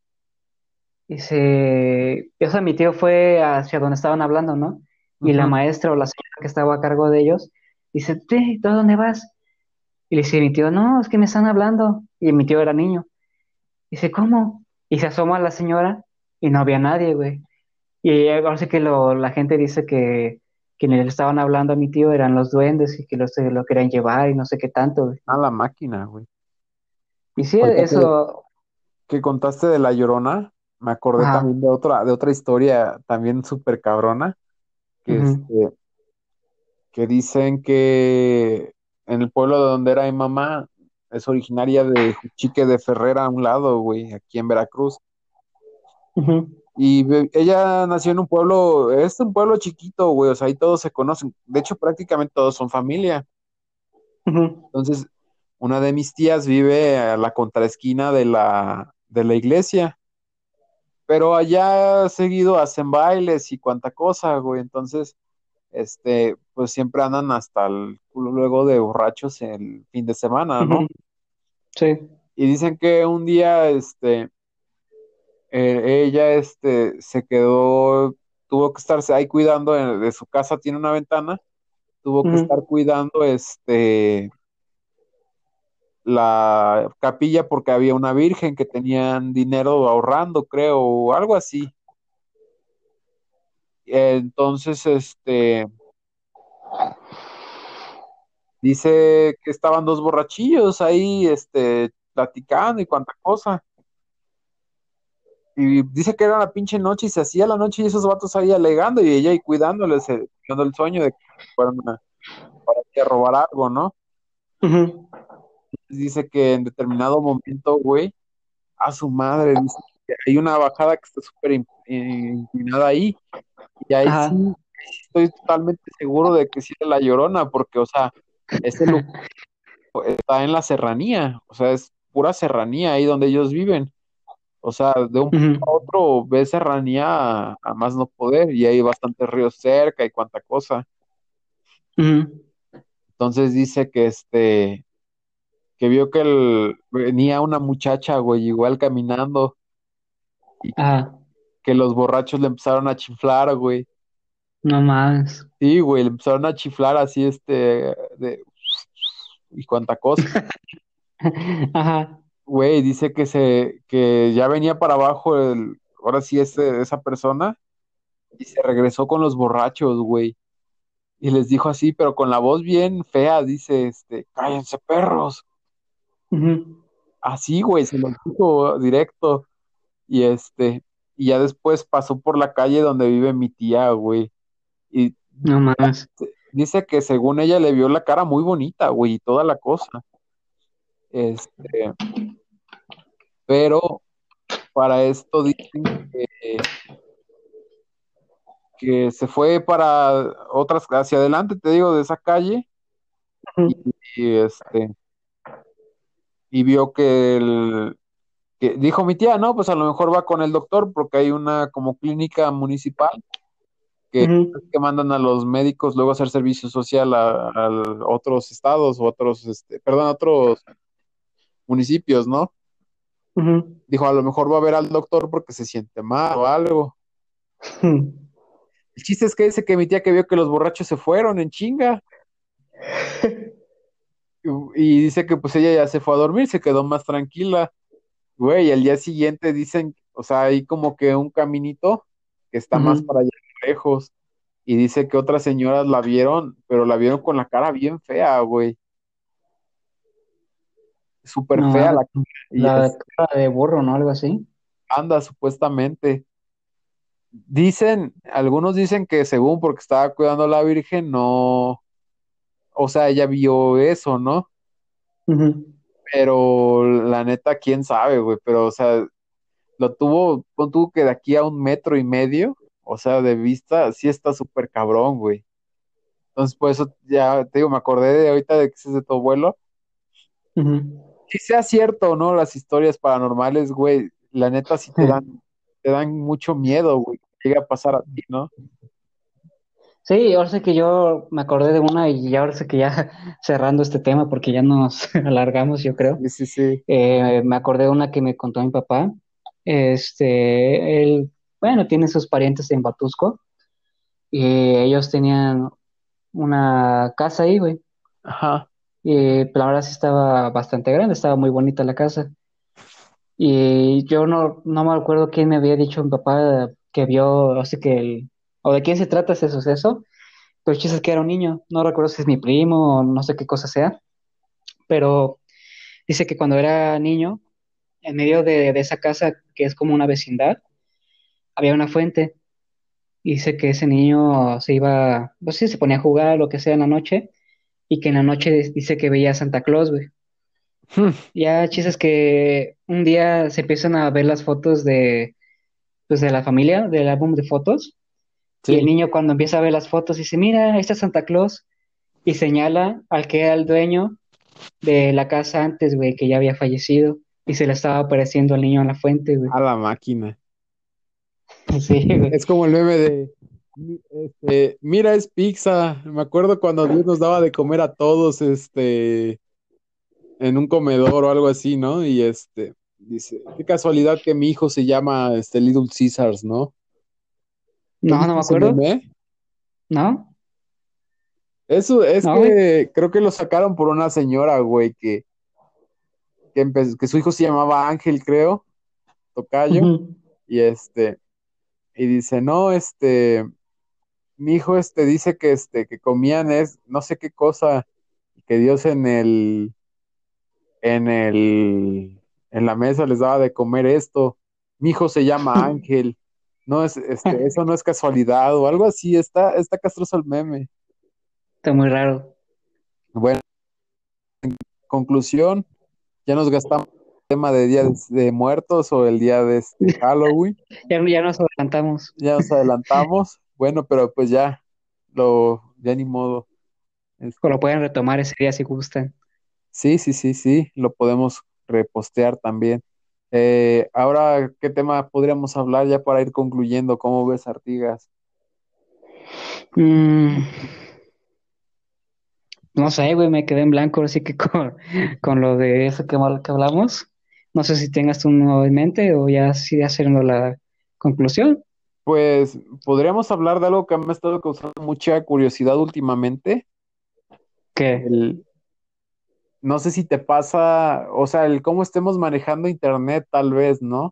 Dice, o sea, mi tío fue hacia donde estaban hablando, ¿no? Y la Ujú. maestra o la señora que estaba a cargo de ellos dice, ¿tú ¿tú a dónde vas? Y le dice mi tío, no, es que me están hablando. Y mi tío era niño. Dice, ¿cómo? Y se asoma a la señora y no había nadie, güey. Y ahora sí que lo, la gente dice que quienes le estaban hablando a mi tío eran los duendes y que los, lo querían llevar y no sé qué tanto, güey. A la máquina, güey. Y sí, Ahorita que, eso, que contaste de La Llorona, me acordé ajá, también de otra, de otra historia también súper cabrona, que ujú, este, que dicen que en el pueblo de donde era mi mamá, es originaria de Juchique de Ferrera a un lado, güey, aquí en Veracruz. ujú, Y ve- ella nació en un pueblo, es un pueblo chiquito, güey, o sea, ahí todos se conocen. De hecho, prácticamente todos son familia. ujú, Entonces, una de mis tías vive a la contraesquina de la, de la iglesia, pero allá seguido hacen bailes y cuanta cosa, güey. Entonces, este, pues siempre andan hasta el culo luego de borrachos el fin de semana, ¿no? Ujú. Sí. Y dicen que un día, este, eh, ella, este, se quedó, tuvo que estarse ahí cuidando de, de su casa, tiene una ventana, tuvo que estar Ujú. cuidando, este, la capilla porque había una virgen que tenían dinero ahorrando, creo, o algo así. Entonces, este, dice que estaban dos borrachillos ahí, este, platicando y cuánta cosa. Y dice que era la pinche noche y se hacía la noche y esos vatos ahí alegando y ella ahí cuidándoles, eh, dando el sueño de que fueran a, para ir a robar algo, ¿no? Ujú. Dice que en determinado momento, güey, a su madre, dice que hay una bajada que está súper in- inclinada ahí. Y ahí Ajá. sí estoy totalmente seguro de que sí era la Llorona, porque, o sea, ese lugar está en la serranía, o sea, es pura serranía ahí donde ellos viven. O sea, de un punto a Ujú. otro ves serranía a, a más no poder, y hay bastantes ríos cerca y cuánta cosa. Ujú. Entonces dice que este, que vio que el- venía una muchacha, güey, igual caminando, y Ajá. que los borrachos le empezaron a chiflar, güey. No mames. Sí, güey, le empezaron a chiflar así, este, de, y cuánta cosa. Ajá. Güey, dice que se, que ya venía para abajo el, ahora sí ese, esa persona, y se regresó con los borrachos, güey. Y les dijo así, pero con la voz bien fea, dice, este, cállense perros. Ujú. Así, güey, se los dijo directo. Y este, y ya después pasó por la calle donde vive mi tía, güey. Y No mames. dice que según ella le vio la cara muy bonita, güey, y toda la cosa. Este, pero para esto dicen que, que se fue para otras, hacia adelante, te digo, de esa calle, y, Ujú. y, este, y vio que el, que dijo mi tía, no, pues a lo mejor va con el doctor porque hay una como clínica municipal que, Ujú. que mandan a los médicos luego a hacer servicio social a, a otros estados o otros, este, perdón, a otros municipios, ¿no? Ujú. Dijo, a lo mejor va a ver al doctor porque se siente mal o algo. Ujú. El chiste es que dice que mi tía que vio que los borrachos se fueron en chinga y, y dice que pues ella ya se fue a dormir, se quedó más tranquila. Güey, al día siguiente dicen, o sea, hay como que un caminito que está más Ujú. para allá lejos. Y dice que otras señoras la vieron, pero la vieron con la cara bien fea, güey. Súper No fea mames. la cara. Y La es, cara de burro, ¿no? Algo así. anda, supuestamente. Dicen, algunos dicen que según porque estaba cuidando a la Virgen, no, o sea, ella vio eso, ¿no? Ujú. Pero la neta, quién sabe, güey. Pero, o sea, lo tuvo, pon tú que de aquí a un metro y medio, o sea, de vista, sí está súper cabrón, güey. Entonces, por eso ya te digo, me acordé de ahorita de que ese es de tu abuelo. Ujú. Si sea cierto o no, las historias paranormales, güey, la neta sí te dan, te dan mucho miedo, güey, que llega a pasar a ti, ¿no? Sí, ahora sé que yo me acordé de una y ahora sé que ya cerrando este tema porque ya nos alargamos, yo creo. Sí, sí, sí. Eh, me acordé de una que me contó mi papá. Este, él, bueno, tiene sus parientes en Batusco y ellos tenían una casa ahí, güey. Ajá. Y pues, la verdad sí estaba bastante grande, estaba muy bonita la casa. Y yo no, no me acuerdo quién me había dicho mi papá que vio, así que el, o de quién se trata ese suceso, pero el chiste es que era un niño, no recuerdo si es mi primo o no sé qué cosa sea, pero dice que cuando era niño, en medio de, de esa casa que es como una vecindad, había una fuente. Y dice que ese niño se iba, pues sí, se ponía a jugar, lo que sea en la noche, y que en la noche dice que veía a Santa Claus, güey. Ya chistes que un día se empiezan a ver las fotos de, pues, de la familia, del álbum de fotos, y el Sí, niño cuando empieza a ver las fotos dice, mira, ahí está Santa Claus, y señala al que era el dueño de la casa antes, güey, que ya había fallecido, y se le estaba apareciendo al niño en la fuente, güey. a la máquina. Sí, güey. Es como el meme de, Mi- Este, mira, es pizza. Me acuerdo cuando Dios nos daba de comer a todos, este, en un comedor o algo así, ¿no? Y este, dice, qué casualidad que mi hijo se llama, este, Little Caesars, ¿no? ¿Has No, no visto me ese acuerdo. meme? ¿No? Eso es No, güey. que creo que lo sacaron por una señora, güey, que, que, empe- que su hijo se llamaba Ángel, creo, tocayo, Ujú. y este, y dice, no, este, mi hijo, este, dice que, este, que comían es, no sé qué cosa, que Dios en el, en el, en la mesa les daba de comer esto. Mi hijo se llama Ángel. No es, este, eso no es casualidad o algo así. Está, está castroso el meme. Está muy raro. Bueno, conclusión, ya nos gastamos el tema de Día de, de Muertos o el día de este Halloween. Ya, ya nos adelantamos. Ya nos adelantamos. Bueno, pero pues ya, lo, ya ni modo. O Este, lo pueden retomar ese día si gustan. sí, sí, sí, sí, lo podemos repostear también. Eh, ahora, ¿qué tema podríamos hablar ya para ir concluyendo? ¿Cómo ves, Artigas? Mm, no sé, güey, me quedé en blanco, así que con, con lo de eso que, mal- que hablamos. No sé si tengas tú uno en mente o ya sí haciendo la conclusión. Pues podríamos hablar de algo que me ha estado causando mucha curiosidad últimamente. ¿Qué? El, no sé si te pasa, o sea, el cómo estemos manejando Internet, tal vez, ¿no?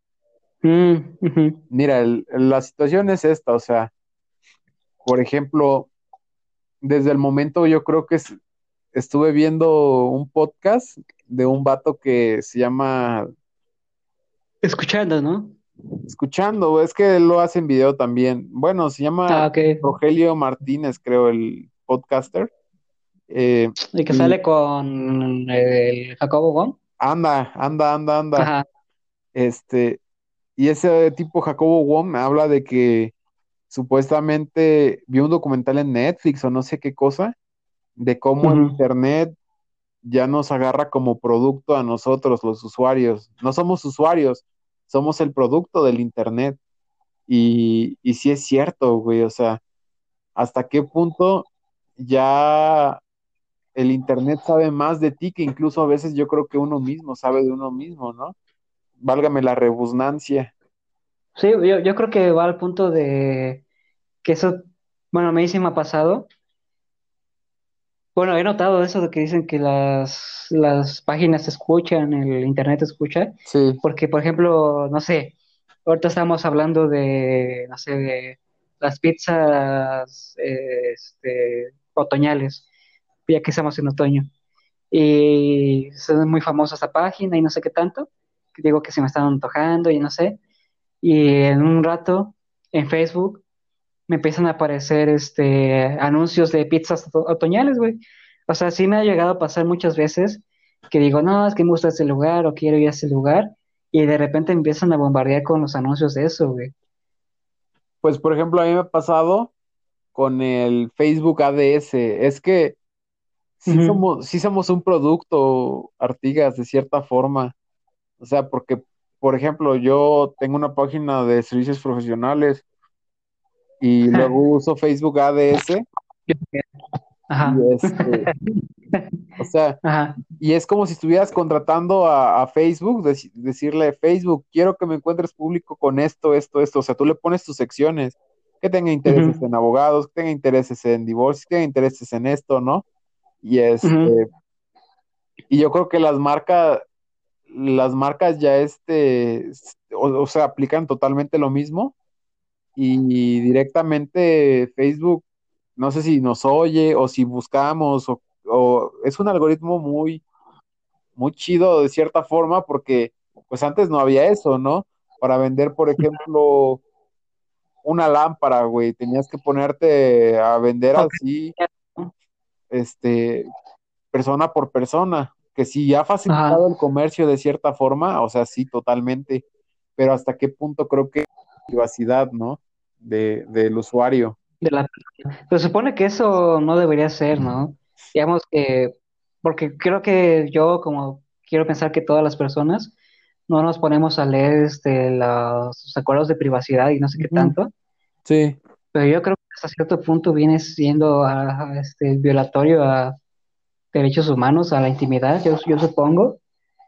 Mm, ujú. Mira, el- la situación es esta, o sea, por ejemplo, desde el momento yo creo que es- estuve viendo un podcast de un vato que se llama Escuchando, ¿no? Escuchando, es que lo hace en video también. Bueno, se llama Ah, ok. Rogelio Martínez, creo, el podcaster. Eh, El que y sale con el Jacobo Wong. anda, anda, anda, anda. Ajá. Este, y ese tipo Jacobo Wong habla de que supuestamente vio un documental en Netflix o no sé qué cosa, de cómo el Ujú. Internet ya nos agarra como producto a nosotros, los usuarios. No somos usuarios, somos el producto del Internet. Y, y sí es cierto, güey, o sea, hasta qué punto ya el Internet sabe más de ti que incluso a veces yo creo que uno mismo sabe de uno mismo, ¿no? Válgame la rebusnancia. Sí, yo, yo creo que va al punto de que eso, bueno, a mí sí me ha pasado. Bueno, he notado eso de que dicen que las, las páginas se escuchan, el internet se escucha, Sí, porque, por ejemplo, no sé, ahorita estamos hablando de, no sé, de las pizzas eh, este, otoñales, ya que estamos en otoño. Y es muy famosa esta página y no sé qué tanto, que digo que se me están antojando y no sé. Y en un rato, en Facebook, me empiezan a aparecer este anuncios de pizzas oto- otoñales, güey. O sea, sí me ha llegado a pasar muchas veces que digo, no, es que me gusta este lugar o quiero ir a ese lugar, y de repente me empiezan a bombardear con los anuncios de eso, güey. pues por ejemplo a mí me ha pasado con el Facebook A D S, es que sí Ujú. somos, sí somos un producto, Artigas, de cierta forma, o sea, porque, por ejemplo, yo tengo una página de servicios profesionales y luego uso Facebook A D S Ajá, y este, o sea, ajá, y es como si estuvieras contratando a, a Facebook, deci- decirle, Facebook, quiero que me encuentres público con esto, esto, esto. O sea, tú le pones tus secciones, que tenga intereses ujú, en abogados, que tenga intereses en divorcios, que tenga intereses en esto, ¿no? Y ujú, este, y yo creo que las marcas, las marcas ya este, s- o, o sea, aplican totalmente lo mismo y directamente Facebook, no sé si nos oye o si buscamos o, o es un algoritmo muy muy chido de cierta forma porque pues antes no había eso, ¿no? Para vender, por ejemplo, una lámpara, güey, tenías que ponerte a vender ok, así, este, persona por persona, que sí ha facilitado ajá, el comercio de cierta forma, o sea, sí, totalmente, pero hasta qué punto creo que privacidad, ¿no? De, del usuario. de la... Se supone que eso no debería ser, ¿no? Digamos que, porque creo que yo, como quiero pensar que todas las personas, no nos ponemos a leer este, los acuerdos de privacidad y no sé qué Ujú. tanto. Sí, Pero yo creo que hasta cierto punto viene siendo ah, este, violatorio a derechos humanos, a la intimidad, yo, yo supongo,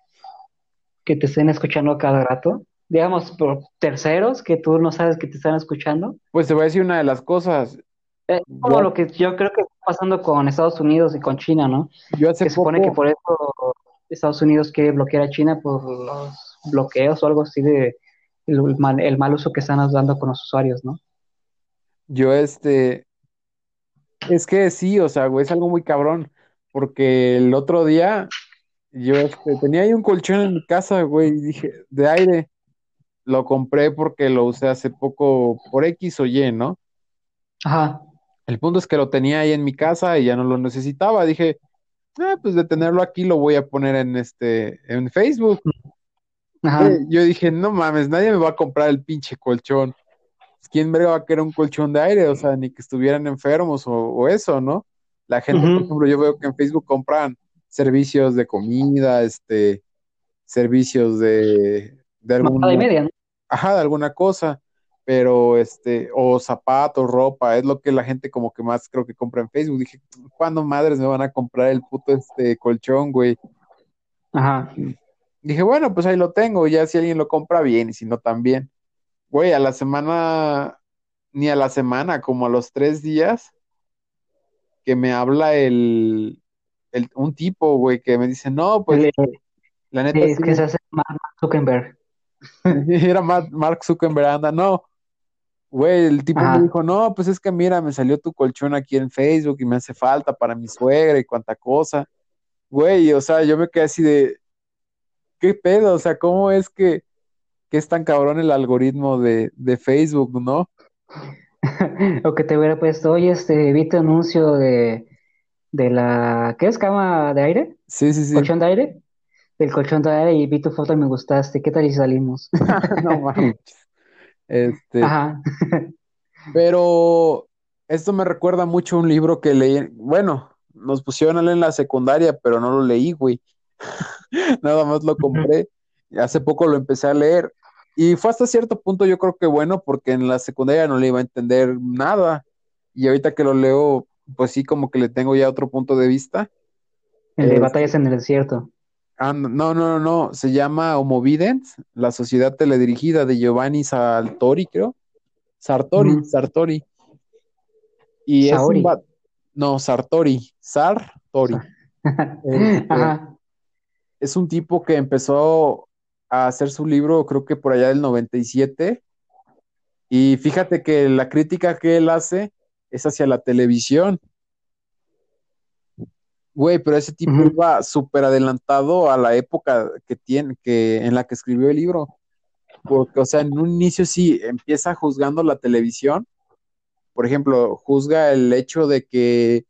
que te estén escuchando a cada rato. Digamos, por terceros que tú no sabes que te están escuchando. Pues te voy a decir una de las cosas. Es como Yo, lo que yo creo que está pasando con Estados Unidos y con China, ¿no? yo hace Que se supone que poco, por eso Estados Unidos quiere bloquear a China por los bloqueos o algo así de el mal, el mal uso que están dando con los usuarios, ¿no? yo este, es que sí, o sea, güey, es algo muy cabrón, porque el otro día yo este, tenía ahí un colchón en mi casa, güey, y dije, de aire, lo compré porque lo usé hace poco por X o Y, ¿no? Ajá, El punto es que lo tenía ahí en mi casa y ya no lo necesitaba. Dije, ah, pues de tenerlo aquí lo voy a poner en este, en Facebook. ajá, Güey, yo dije, no mames, nadie me va a comprar el pinche colchón. ¿Quién verga va a querer un colchón de aire? O sea, ni que estuvieran enfermos o, o eso, ¿no? La gente, por ujú. ejemplo, yo veo que en Facebook compran servicios de comida, este, servicios de, de Mamada y alguna, media, ¿no? ajá, de alguna cosa, pero este, o zapatos, ropa, es lo que la gente como que más creo que compra en Facebook. Dije, ¿cuándo madres me van a comprar el puto este colchón, güey? Ajá. Dije, bueno, pues ahí lo tengo, ya si alguien lo compra bien y si no también. Güey, a la semana, ni a la semana, como a los tres días, que me habla el, el un tipo, güey, que me dice, no, El- pues el- la neta es sí que me, se hace Mark Zuckerberg. era Mar- Mark Zuckerberg, anda, no, güey, el tipo me Ajá. dijo, no, pues es que mira, me salió tu colchón aquí en Facebook y me hace falta para mi suegra y cuánta cosa. Güey, o sea, yo me quedé así de, ¿qué pedo? O sea, ¿cómo es que, que es tan cabrón el algoritmo de, de Facebook, ¿no? O que te hubiera puesto, oye, este, vi tu anuncio de, de la, ¿qué es? ¿Cama de aire? Sí, sí, sí. ¿Colchón de aire? Del colchón de aire y vi tu foto y me gustaste. ¿Qué tal si salimos? No mames. Este, Ajá. pero esto me recuerda mucho a un libro que leí, bueno, nos pusieron a leer en la secundaria, pero no lo leí, güey. Nada más lo compré. Hace poco lo empecé a leer. Y fue hasta cierto punto yo creo que bueno, porque en la secundaria no le iba a entender nada. Y ahorita que lo leo, pues sí, como que le tengo ya otro punto de vista. El de Es- batallas en el desierto. ah, no, no, no, no, se llama Homo Videns, la sociedad teledirigida de Giovanni Sartori, creo. Sartori, Ujú. Sartori. Y es un Saori. va- no, Sartori, Sartori. Sa- Este, Ajá. es un tipo que empezó a hacer su libro, creo que por allá del noventa y siete, y fíjate que la crítica que él hace es hacia la televisión, güey, pero ese tipo Ujú. iba súper adelantado a la época que tiene, que, en la que escribió el libro, porque, o sea, en un inicio sí empieza juzgando la televisión, por ejemplo, juzga el hecho de que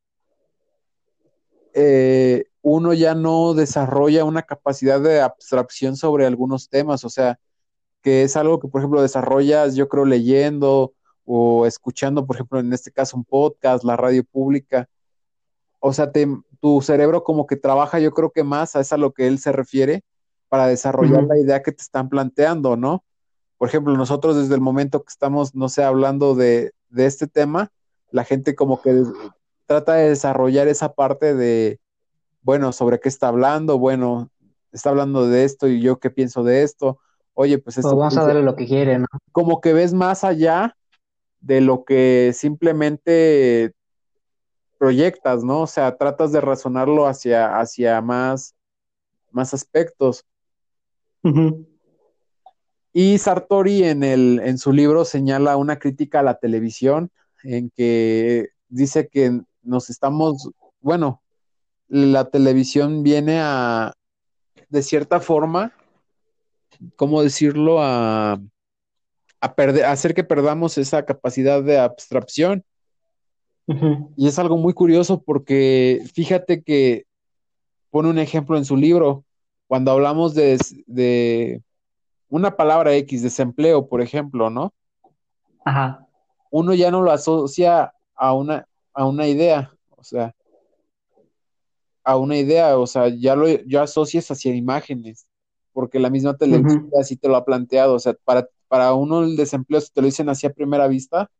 eh, uno ya no desarrolla una capacidad de abstracción sobre algunos temas, o sea, que es algo que, por ejemplo, desarrollas, yo creo, leyendo o escuchando, por ejemplo, en este caso, un podcast, la radio pública. O sea, te, tu cerebro como que trabaja, yo creo que más, a eso a lo que él se refiere, para desarrollar la Ujú. idea que te están planteando, ¿no? Por ejemplo, nosotros desde el momento que estamos, no sé, hablando de, de este tema, la gente como que des- trata de desarrollar esa parte de, bueno, ¿sobre qué está hablando? Bueno, está hablando de esto y yo qué pienso de esto. Oye, pues O esto que vamos a dice, darle lo que quiere, ¿no? como que ves más allá de lo que simplemente proyectas, ¿no? O sea, tratas de razonarlo hacia, hacia más, más aspectos. Ujú. Y Sartori en, el, en su libro señala una crítica a la televisión en que dice que nos estamos, bueno, la televisión viene a, de cierta forma, ¿cómo decirlo? A, a, perder, a hacer que perdamos esa capacidad de abstracción. Ujú. Y es algo muy curioso porque fíjate que pone un ejemplo en su libro, cuando hablamos de, de una palabra X, desempleo, por ejemplo, ¿no? Ajá. Uno ya no lo asocia a una, a una idea, o sea, a una idea, o sea, ya lo ya asocias hacia imágenes, porque la misma televisión Ujú. así te lo ha planteado, o sea, para, para uno el desempleo, si te lo dicen así a primera vista,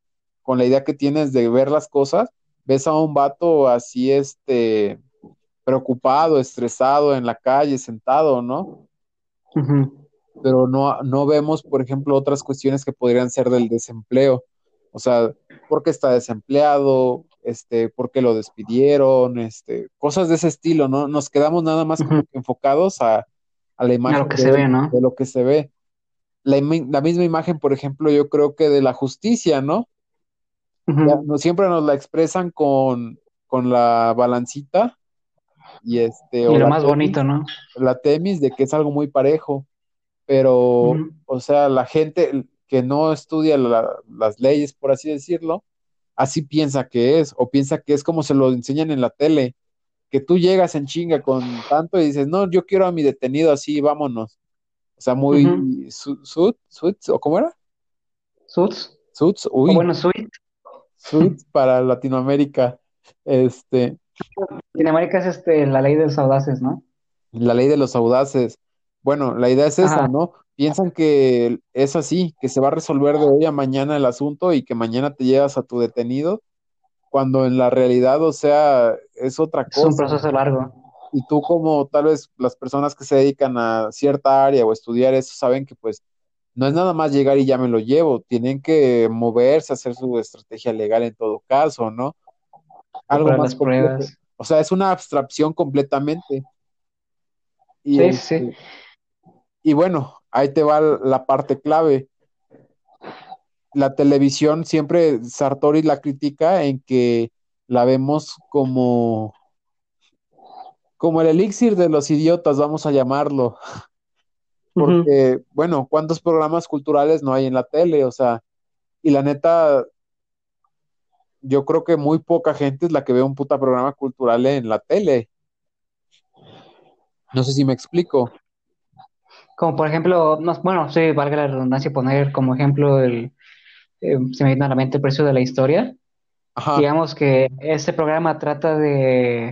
con la idea que tienes de ver las cosas, ves a un vato así, este, preocupado, estresado en la calle, sentado, ¿no? Ujú. Pero no, no vemos, por ejemplo, otras cuestiones que podrían ser del desempleo. O sea, ¿por qué está desempleado? Este, ¿por qué lo despidieron? Este, cosas de ese estilo, ¿no? Nos quedamos nada más como Ujú. que enfocados a, a la A lo imagen que se de ve, él, ¿no? de lo que se ve. La, imi- la misma imagen, por ejemplo, yo creo que de la justicia, ¿no? Ya, Ujú. no, siempre nos la expresan con, con la balancita y este, Y o lo la más bonito, temis, ¿no? la temis de que es algo muy parejo, pero, Ujú. o sea, la gente que no estudia la- las leyes, por así decirlo, así piensa que es, o piensa que es como se lo enseñan en la tele, que tú llegas en chinga con tanto y dices, no, yo quiero a mi detenido así, vámonos. O sea, Ujú. muy su- suit, suits, ¿o cómo era? Suits. Suits, O uy, bueno, Suits. suits para Latinoamérica. Este, Dinamarca es este, la ley de los audaces, ¿no? la ley de los audaces. Bueno, la idea es esa, Ajá. ¿no? Piensan que es así, que se va a resolver de hoy a mañana el asunto y que mañana te llevas a tu detenido, cuando en la realidad, o sea, es otra Es un cosa. proceso largo. Y tú como tal vez las personas que se dedican a cierta área o estudiar eso saben que pues no es nada más llegar y ya me lo llevo, tienen que moverse, hacer su estrategia legal en todo caso, ¿no? Algo Preparar más las complejo. pruebas. O sea, es una abstracción completamente. Y, Sí, sí, sí. este, y bueno, ahí te va la parte clave. La televisión siempre Sartori la critica en que la vemos como, como el elixir de los idiotas, vamos a llamarlo. Ujú. Porque, bueno, ¿cuántos programas culturales no hay en la tele? O sea, y la neta, yo creo que muy poca gente es la que ve un puta programa cultural en la tele. No sé si me explico. Como por ejemplo, no, bueno, sí, valga la redundancia poner como ejemplo el, eh, se me viene a la mente el precio de la historia. Ajá, Digamos que este programa trata de,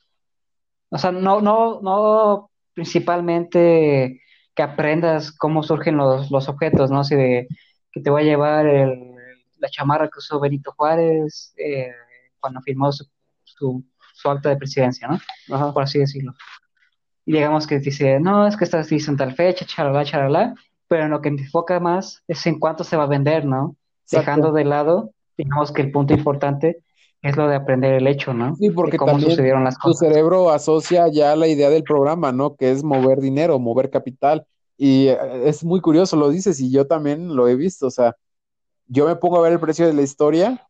o sea, no, no, no principalmente que aprendas cómo surgen los, los objetos, ¿no? Si de que te va a llevar el- la chamarra que usó Benito Juárez eh, cuando firmó su, su, su acta de presidencia, ¿no? ajá, Por así decirlo. Y digamos que dice, no, es que estas dicen tal fecha, charalá, charalá, pero en lo que te enfoca más es en cuánto se va a vender, ¿no? Dejando exacto. de lado, digamos que el punto importante es lo de aprender el hecho, ¿no? Sí, De porque cómo también sucedieron las tu cosas. cerebro asocia ya la idea del programa, ¿no? Que es mover dinero, mover capital. Y eh, es muy curioso, lo dices, y yo también lo he visto. O sea, yo me pongo a ver el precio de la historia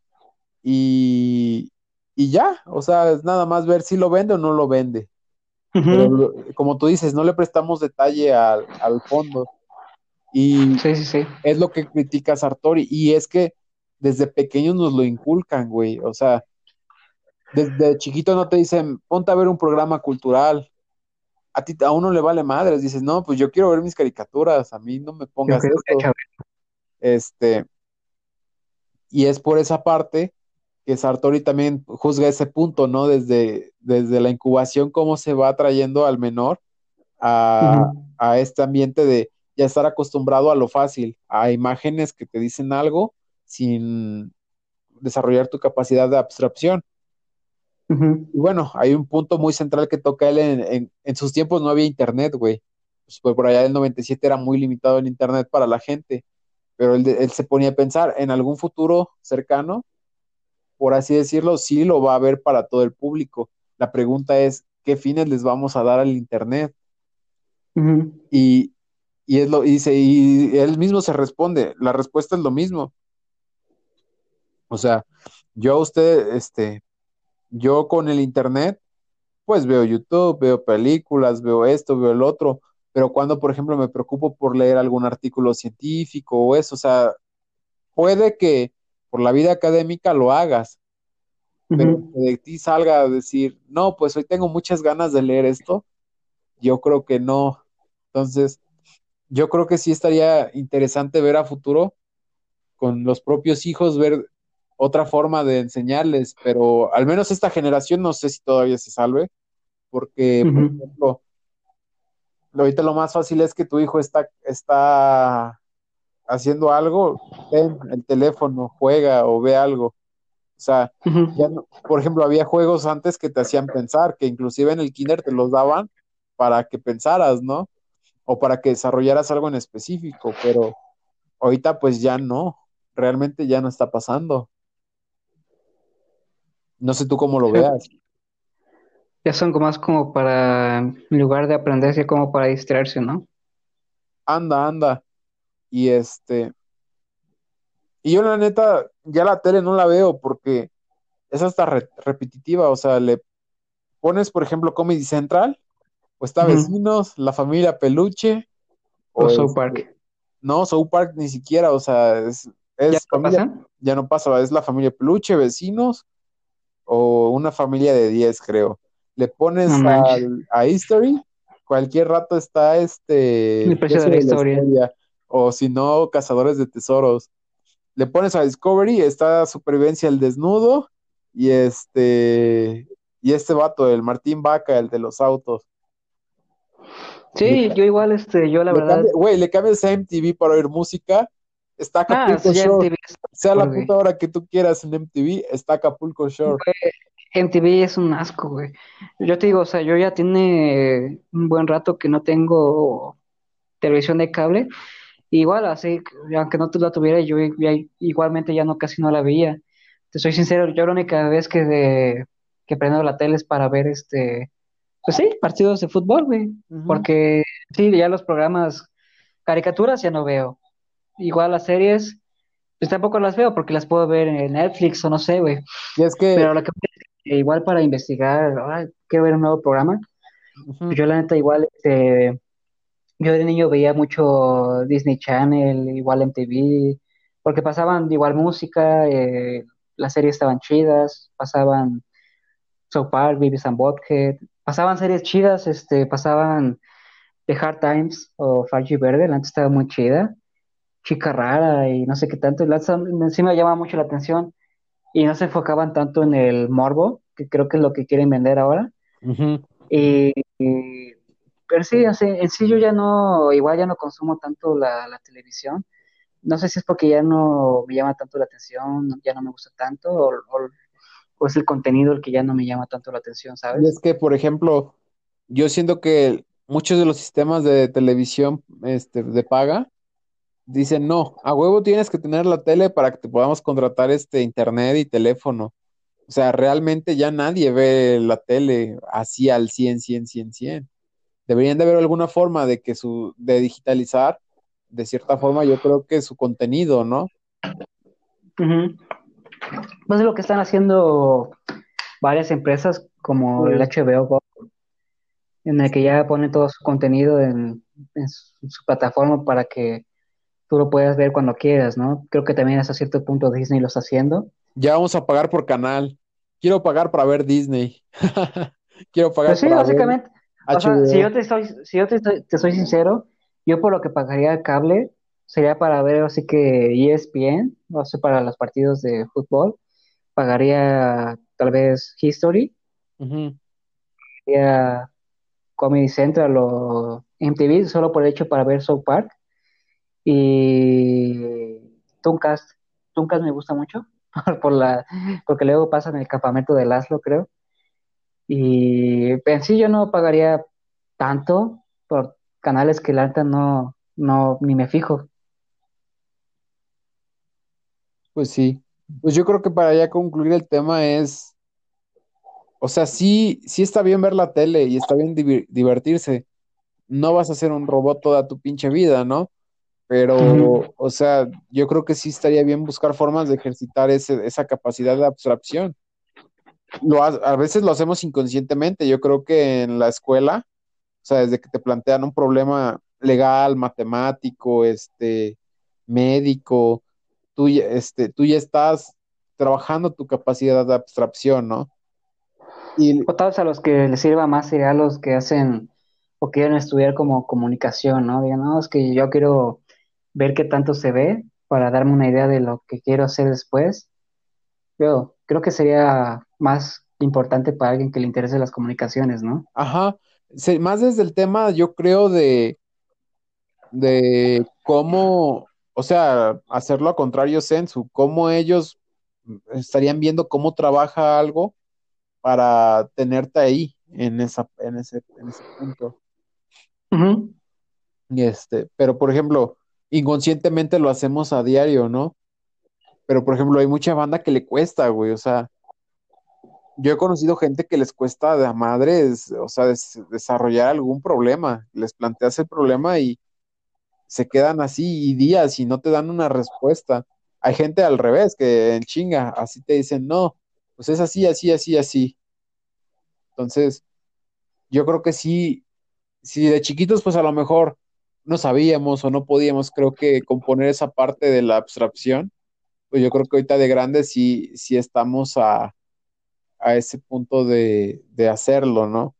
y, y ya, o sea, es nada más ver si lo vende o no lo vende. Pero Ujú. lo- como tú dices, no le prestamos detalle al, al fondo. Y Sí, sí, sí. es lo que critica Sartori. Y es que desde pequeños nos lo inculcan, güey. O sea, desde chiquito no te dicen, ponte a ver un programa cultural. A ti, a uno le vale madres. Dices, no, pues yo quiero ver mis caricaturas. A mí no me Yo pongas creo que esto. Este, y es por esa parte que Sartori también juzga ese punto, ¿no? Desde, desde la incubación, cómo se va trayendo al menor a, Ujú. a este ambiente de ya estar acostumbrado a lo fácil, a imágenes que te dicen algo sin desarrollar tu capacidad de abstracción. Ujú. Y bueno, hay un punto muy central que toca él en, en, en sus tiempos no había internet, güey. Pues por por allá del noventa y siete era muy limitado el internet para la gente, pero él, él se ponía a pensar en algún futuro cercano, por así decirlo, sí lo va a haber para todo el público. La pregunta es, ¿qué fines les vamos a dar al internet? Ujú. Y, y, es lo, y, dice, y él mismo se responde, la respuesta es lo mismo. O sea, yo a usted, este, yo con el internet, pues veo YouTube, veo películas, veo esto, veo el otro, pero cuando, por ejemplo, me preocupo por leer algún artículo científico o eso, o sea, puede que por la vida académica lo hagas, pero Ujú. que de ti salga a decir, no, pues hoy tengo muchas ganas de leer esto, yo creo que no. Entonces, yo creo que sí estaría interesante ver a futuro con los propios hijos, ver otra forma de enseñarles, pero al menos esta generación no sé si todavía se salve, porque, por Ujú. ejemplo, ahorita lo más fácil es que tu hijo está, está haciendo algo, ten el teléfono, juega o ve algo. O sea, Ujú. ya no, por ejemplo, había juegos antes que te hacían pensar, que inclusive en el kinder te los daban para que pensaras, ¿no? O para que desarrollaras algo en específico, pero ahorita pues ya no, realmente ya no está pasando. No sé tú cómo lo Sí, veas. ya son como más como para, en lugar de aprender, sí como para distraerse, ¿no? Anda, anda. Y este, y yo la neta, ya la tele no la veo porque es hasta re- repetitiva, o sea, le pones, por ejemplo, Comedy Central, o está Ujú. Vecinos, La Familia Peluche, O o South este, Park. no, South Park ni siquiera, o sea, es, ¿Ya es lo familia, pasan? ya no pasa, es La Familia Peluche, Vecinos, o una familia de diez creo. Le No pones manches. al- a History, cualquier rato está este, El el precio de precio la de la historia. historia, o si no, Cazadores de Tesoros. Le pones a Discovery, está Supervivencia al Desnudo, y este, y este vato, el Martín Vaca, el de los autos. Le, Sí, yo igual, este, yo la le cambia, verdad. güey, le cambias a M T V para oír música, está Ah, Acapulco sí, ya Shore. M T V es Sea mejor, la puta güey. hora que tú quieras en M T V, está Acapulco Shore. M T V es un asco, güey. Yo te digo, o sea, yo ya tiene un buen rato que no tengo televisión de cable. Igual, así, aunque no la tuviera, yo ya- igualmente ya no casi no la veía. Te soy sincero, yo la única vez que, de, que prendo la tele es para ver este, pues sí, partidos de fútbol, güey. Ujú. Porque sí, ya los programas, caricaturas ya no veo. Igual las series, pues tampoco las veo porque las puedo ver en Netflix o no sé, güey. Y es que, Pero lo que eh, igual para investigar, ah, quiero ver un nuevo programa. Pues ujú, yo la neta igual, este, yo de niño veía mucho Disney Channel, igual M T V, porque pasaban igual música, eh, las series estaban chidas, pasaban South Park, Beavis and Butthead, pasaban series chidas, este, pasaban The Hard Times o Fargy Verde, la neta estaba muy chida, Chica Rara y no sé qué tanto, la neta sí me llama mucho la atención y no se enfocaban tanto en el morbo, que creo que es lo que quieren vender ahora. ujú. Y, y- pero sí, o sea, en sí yo ya no, igual ya no consumo tanto la, la televisión. No sé si es porque ya no me llama tanto la atención, ya no me gusta tanto, o, o- o es el contenido el que ya no me llama tanto la atención, Y ¿sabes? es que, por ejemplo, yo siento que muchos de los sistemas de televisión este, de paga dicen, no, a huevo tienes que tener la tele para que te podamos contratar este internet y teléfono. O sea, realmente ya nadie ve la tele así al cien cien cien cien. Deberían de haber alguna forma de que su, de digitalizar, de cierta forma, yo creo que su contenido, ¿no? Ujú. Pues es lo que están haciendo varias empresas como el Sí. H B O Go, en el que ya ponen todo su contenido en, en su, en su plataforma para que tú lo puedas ver cuando quieras, ¿no? Creo que también hasta cierto punto Disney lo está haciendo. Ya vamos a pagar por canal. Quiero pagar para ver Disney. Quiero Pues pagar sí, para ver básicamente, o sea, si H B O. yo te estoy, si yo te, estoy- te soy sincero, yo por lo que pagaría el cable sería para ver así que E S P N, no sé, para los partidos de fútbol, pagaría tal vez History, Ujú. pagaría Comedy Central o M T V solo por el hecho para ver South Park y Tooncast. Tooncast me gusta mucho por la, porque luego pasa en el campamento de Laszlo, creo. Y en sí yo no pagaría tanto por canales que la neta no, no, ni me fijo. Pues sí. Pues yo creo que para ya concluir el tema es, o sea, sí, sí está bien ver la tele y está bien divir- divertirse. No vas a ser un robot toda tu pinche vida, ¿no? Ujú, Pero, o sea, yo creo que sí estaría bien buscar formas de ejercitar ese, esa capacidad de abstracción. Lo, ha- a veces lo hacemos inconscientemente. Yo creo que en la escuela, o sea, desde que te plantean un problema legal, matemático, este, médico, tú, ya- este, tú ya estás trabajando tu capacidad de abstracción, ¿no? Y, o tal vez a los que les sirva más sería a los que hacen o quieren estudiar como comunicación, ¿no? Digan, no, es que yo quiero ver qué tanto se ve para darme una idea de lo que quiero hacer después. Yo creo que sería más importante para alguien que le interese las comunicaciones, ¿no? ajá, se- más desde el tema, yo creo, de, de cómo, O sea, hacerlo a contrario sensu, cómo ellos estarían viendo cómo trabaja algo para tenerte ahí en esa, en ese, en ese punto. Ujú. Y este, pero por ejemplo, inconscientemente lo hacemos a diario, ¿no? Pero por ejemplo, hay mucha banda que le cuesta, güey. O sea, yo he conocido gente que les cuesta de a madres, o sea, des- desarrollar algún problema. Les planteas el problema y se quedan así y días y no te dan una respuesta. Hay gente al revés que en chinga, así te dicen, no, pues es así, así, así, así. Entonces, yo creo que sí, si de chiquitos, pues a lo mejor no sabíamos o no podíamos, creo que componer esa parte de la abstracción, pues yo creo que ahorita de grandes sí, sí estamos a, a ese punto de, de hacerlo, ¿no?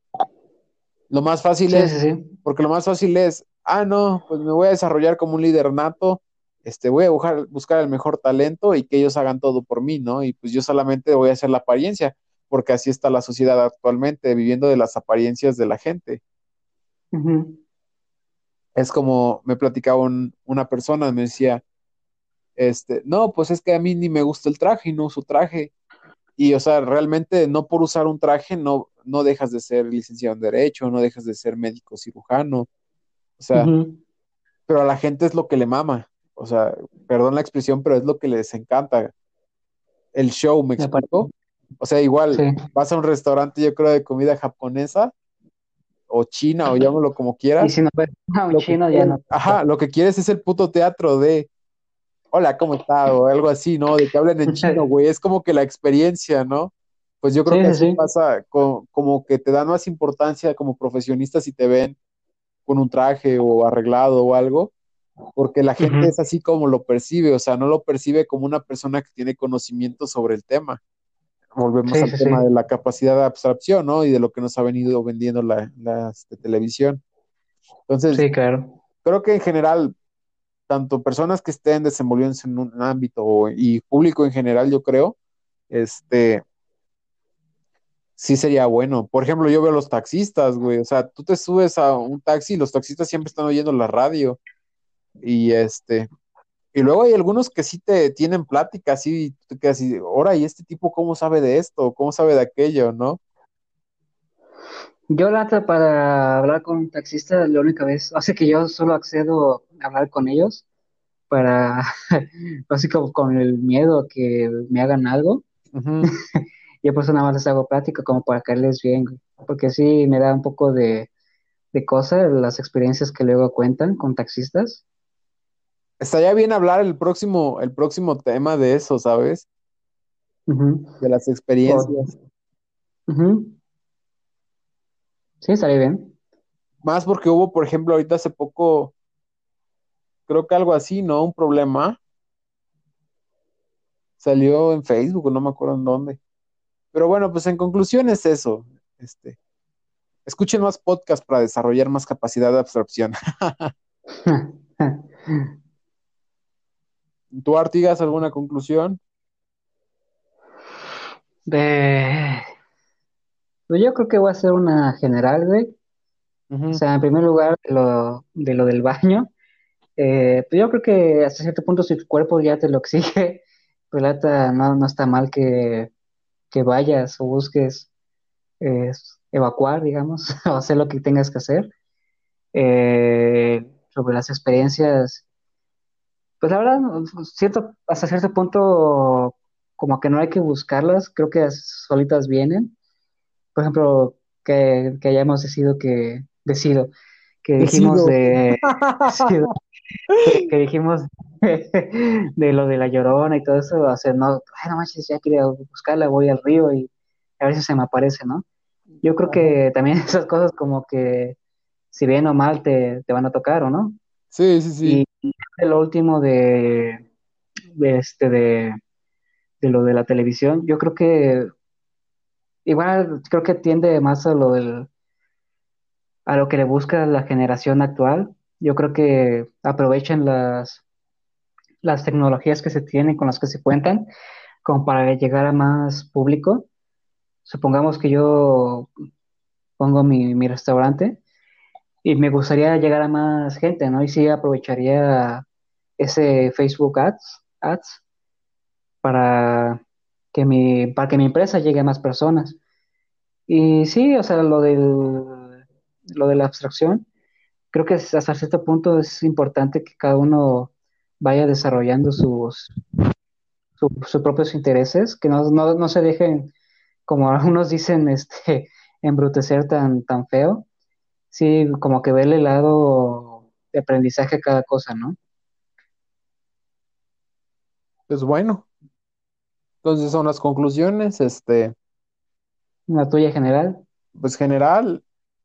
Lo más fácil Sí, es, sí, sí. porque lo más fácil es, ah, no, pues me voy a desarrollar como un líder nato, este, voy a buscar, buscar el mejor talento y que ellos hagan todo por mí, ¿no? Y pues yo solamente voy a hacer la apariencia, porque así está la sociedad actualmente, viviendo de las apariencias de la gente. Ujú. Es como me platicaba un- una persona, me decía, este, no, pues es que a mí ni me gusta el traje y no uso traje. Y, o sea, realmente no por usar un traje no, no dejas de ser licenciado en Derecho, no dejas de ser médico cirujano. O sea, Ujú. pero a la gente es lo que le mama. O sea, perdón la expresión, pero es lo que les encanta. El show, ¿me Y aparte, explico? O sea, igual sí. vas a un restaurante, yo creo, de comida japonesa o china o llámalo como Y quieras. si no ves a un Lo que chino, ya no quieres, te gusta. ajá, lo que quieres es el puto teatro de hola, ¿cómo está? O algo así, ¿no? De que hablen en chino, güey. Es como que la experiencia, ¿no? Pues yo creo Sí, que sí, así sí. pasa, co- como que te dan más importancia como profesionista si te ven con un traje o arreglado o algo, porque la gente Ujú. es así como lo percibe, o sea, no lo percibe como una persona que tiene conocimiento sobre el tema. Volvemos Sí, al sí, tema de sí. la capacidad de abstracción, ¿no? Y de lo que nos ha venido vendiendo la, la, este, televisión. Entonces, Sí, claro. creo que en general tanto personas que estén desenvolviéndose en un ámbito y público en general, yo creo, este, sí sería bueno. Por ejemplo, yo veo a los taxistas, güey, o sea, tú te subes a un taxi y los taxistas siempre están oyendo la radio y este, y luego hay algunos que sí te tienen pláticas y tú te quedas así, ahora, ¿y este tipo cómo sabe de esto? ¿Cómo sabe de aquello, no? Yo, la neta, para hablar con un taxista, la única vez, hace que yo solo accedo a hablar con ellos para, así como con el miedo a que me hagan algo. Ujú. Yo pues nada más les hago plática como para caerles bien, güey. Porque sí me da un poco de, de cosa las experiencias que luego cuentan con taxistas. Estaría bien hablar el próximo, el próximo tema de eso, ¿sabes? Ujú. De las O- experiencias. ujú. Sí, estaría bien. Más porque hubo, por ejemplo, ahorita hace poco creo que algo así, ¿no? Un problema. Salió en Facebook, no me acuerdo en dónde. Pero bueno, pues en conclusión es eso. Este, escuchen más podcasts para desarrollar más capacidad de absorción. ¿Tú, Artigas, alguna conclusión? De... Pues yo creo que voy a hacer una general, güey. O Ujú. sea, en primer lugar, lo, de lo del baño. Eh, pues yo creo que hasta cierto punto si tu cuerpo ya te lo exige, pues la neta no, no está mal que, que vayas o busques eh, evacuar, digamos, o hacer lo que tengas que hacer. Eh, sobre las experiencias, pues la verdad, no, cierto, hasta cierto punto, como que no hay que buscarlas, creo que solitas vienen. Por ejemplo, que, que hayamos decidido que, decido, que dijimos Decido. de, decido, que dijimos de lo de la Llorona y todo eso, o sea, no, ay, no manches, ya quería buscarla, voy al río y a ver si se me aparece, ¿no? Yo creo Ajá. que también esas cosas como que si bien o mal te, te van a tocar, ¿o no? Sí, sí, sí. Y lo último de, de este de, de lo de la televisión, yo creo que igual creo que tiende más a lo del a lo que le busca la generación actual. Yo creo que aprovechan las las tecnologías que se tienen con las que se cuentan como para llegar a más público. Supongamos que yo pongo mi, mi restaurante y me gustaría llegar a más gente, ¿no? Y sí aprovecharía ese Facebook Ads, Ads para que mi, para que mi empresa llegue a más personas. Y sí, o sea, lo del, lo de la abstracción, creo que es- hasta cierto punto es importante que cada uno vaya desarrollando sus, su- sus propios intereses, que no, no, no se dejen, como algunos dicen, este, embrutecer tan, tan feo. Sí, como que verle el lado de aprendizaje a cada cosa, ¿no? Pues bueno, entonces son las conclusiones, este, La tuya general. pues general,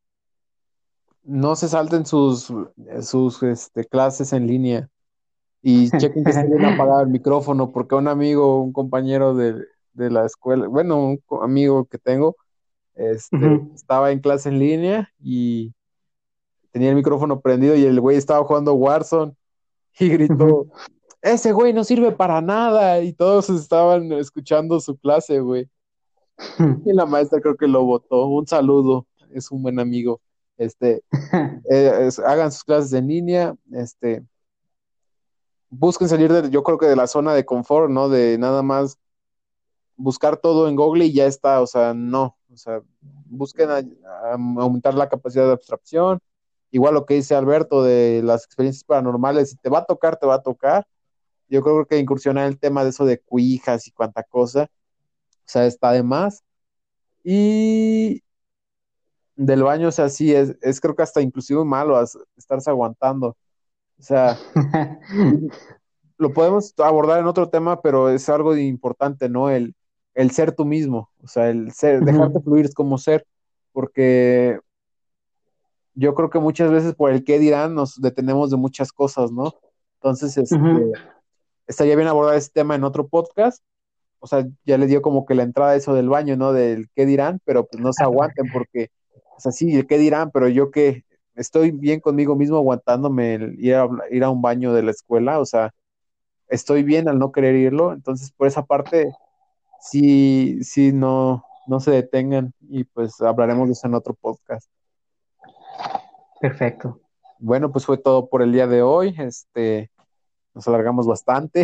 no se salten sus, sus este, clases en línea y chequen que esté bien apagado el micrófono, porque un amigo, un compañero de, de la escuela, bueno, un co- amigo que tengo, este, Ujú, estaba en clase en línea y tenía el micrófono prendido y el güey estaba jugando Warzone y gritó, ujú. ese güey no sirve para nada, y todos estaban escuchando su clase, güey. Y la maestra creo que lo votó. Un saludo, es un buen amigo. Este, eh, es- hagan sus clases en línea, este, busquen salir de, yo creo que de la zona de confort, ¿no? De nada más buscar todo en Google y ya está, o sea, no, o sea, busquen a- a aumentar la capacidad de abstracción. Igual lo que dice Alberto de las experiencias paranormales, si te va a tocar, te va a tocar. Yo creo que incursionar en el tema de eso de cuijas y cuánta cosa, o sea, está de más. Y del baño, o sea, sí, es, es creo que hasta inclusive malo as- estarse aguantando. O sea, lo podemos abordar en otro tema, pero es algo importante, ¿no? El, el ser tú mismo, o sea, el ser, dejarte Ujú, fluir como ser, porque yo creo que muchas veces por el qué dirán nos detenemos de muchas cosas, ¿no? Entonces, ujú, este, estaría bien abordar ese tema en otro podcast. O sea, ya les dio como que la entrada a eso del baño, ¿no? Del qué dirán, pero pues no se aguanten porque, o sea, sí, el qué dirán, pero yo que estoy bien conmigo mismo aguantándome el ir a, ir a un baño de la escuela, o sea, estoy bien al no querer irlo, entonces por esa parte, sí, sí, no, no se detengan y pues hablaremos de eso en otro podcast. perfecto. Bueno, pues fue todo por el día de hoy, este, nos alargamos bastante,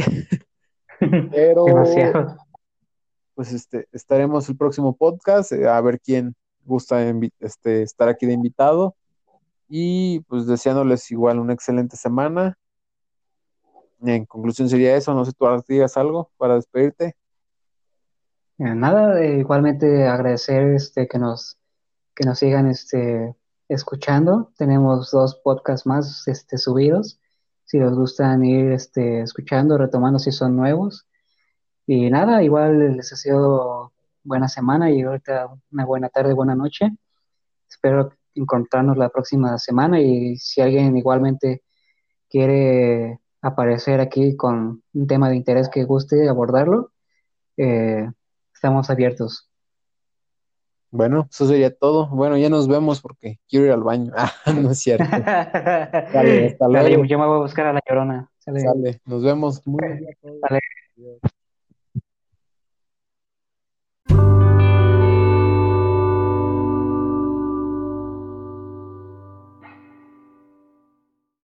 pero Demasiado. pues este, estaremos el próximo podcast, eh, a ver quién gusta invi- este, estar aquí de invitado y pues deseándoles igual una excelente semana. En conclusión sería eso, no sé, tú ahora digas algo para despedirte. Eh, Nada, eh, igualmente agradecer este, que nos, que nos sigan este, escuchando. Tenemos dos podcasts más este, subidos. Si les gustan ir este, escuchando, retomando si son nuevos. Y nada, igual les ha sido buena semana y ahorita una buena tarde, buena noche. Espero encontrarnos la próxima semana y si alguien igualmente quiere aparecer aquí con un tema de interés que guste abordarlo, eh, estamos abiertos. Bueno, eso sería todo. Bueno, ya nos vemos porque quiero ir al baño. Ah, no es cierto. Sale, hasta Dale, yo, luego. yo me voy a buscar a la Llorona. Sale, Sale, nos vemos. Muy buen día a todos. sale. Adiós.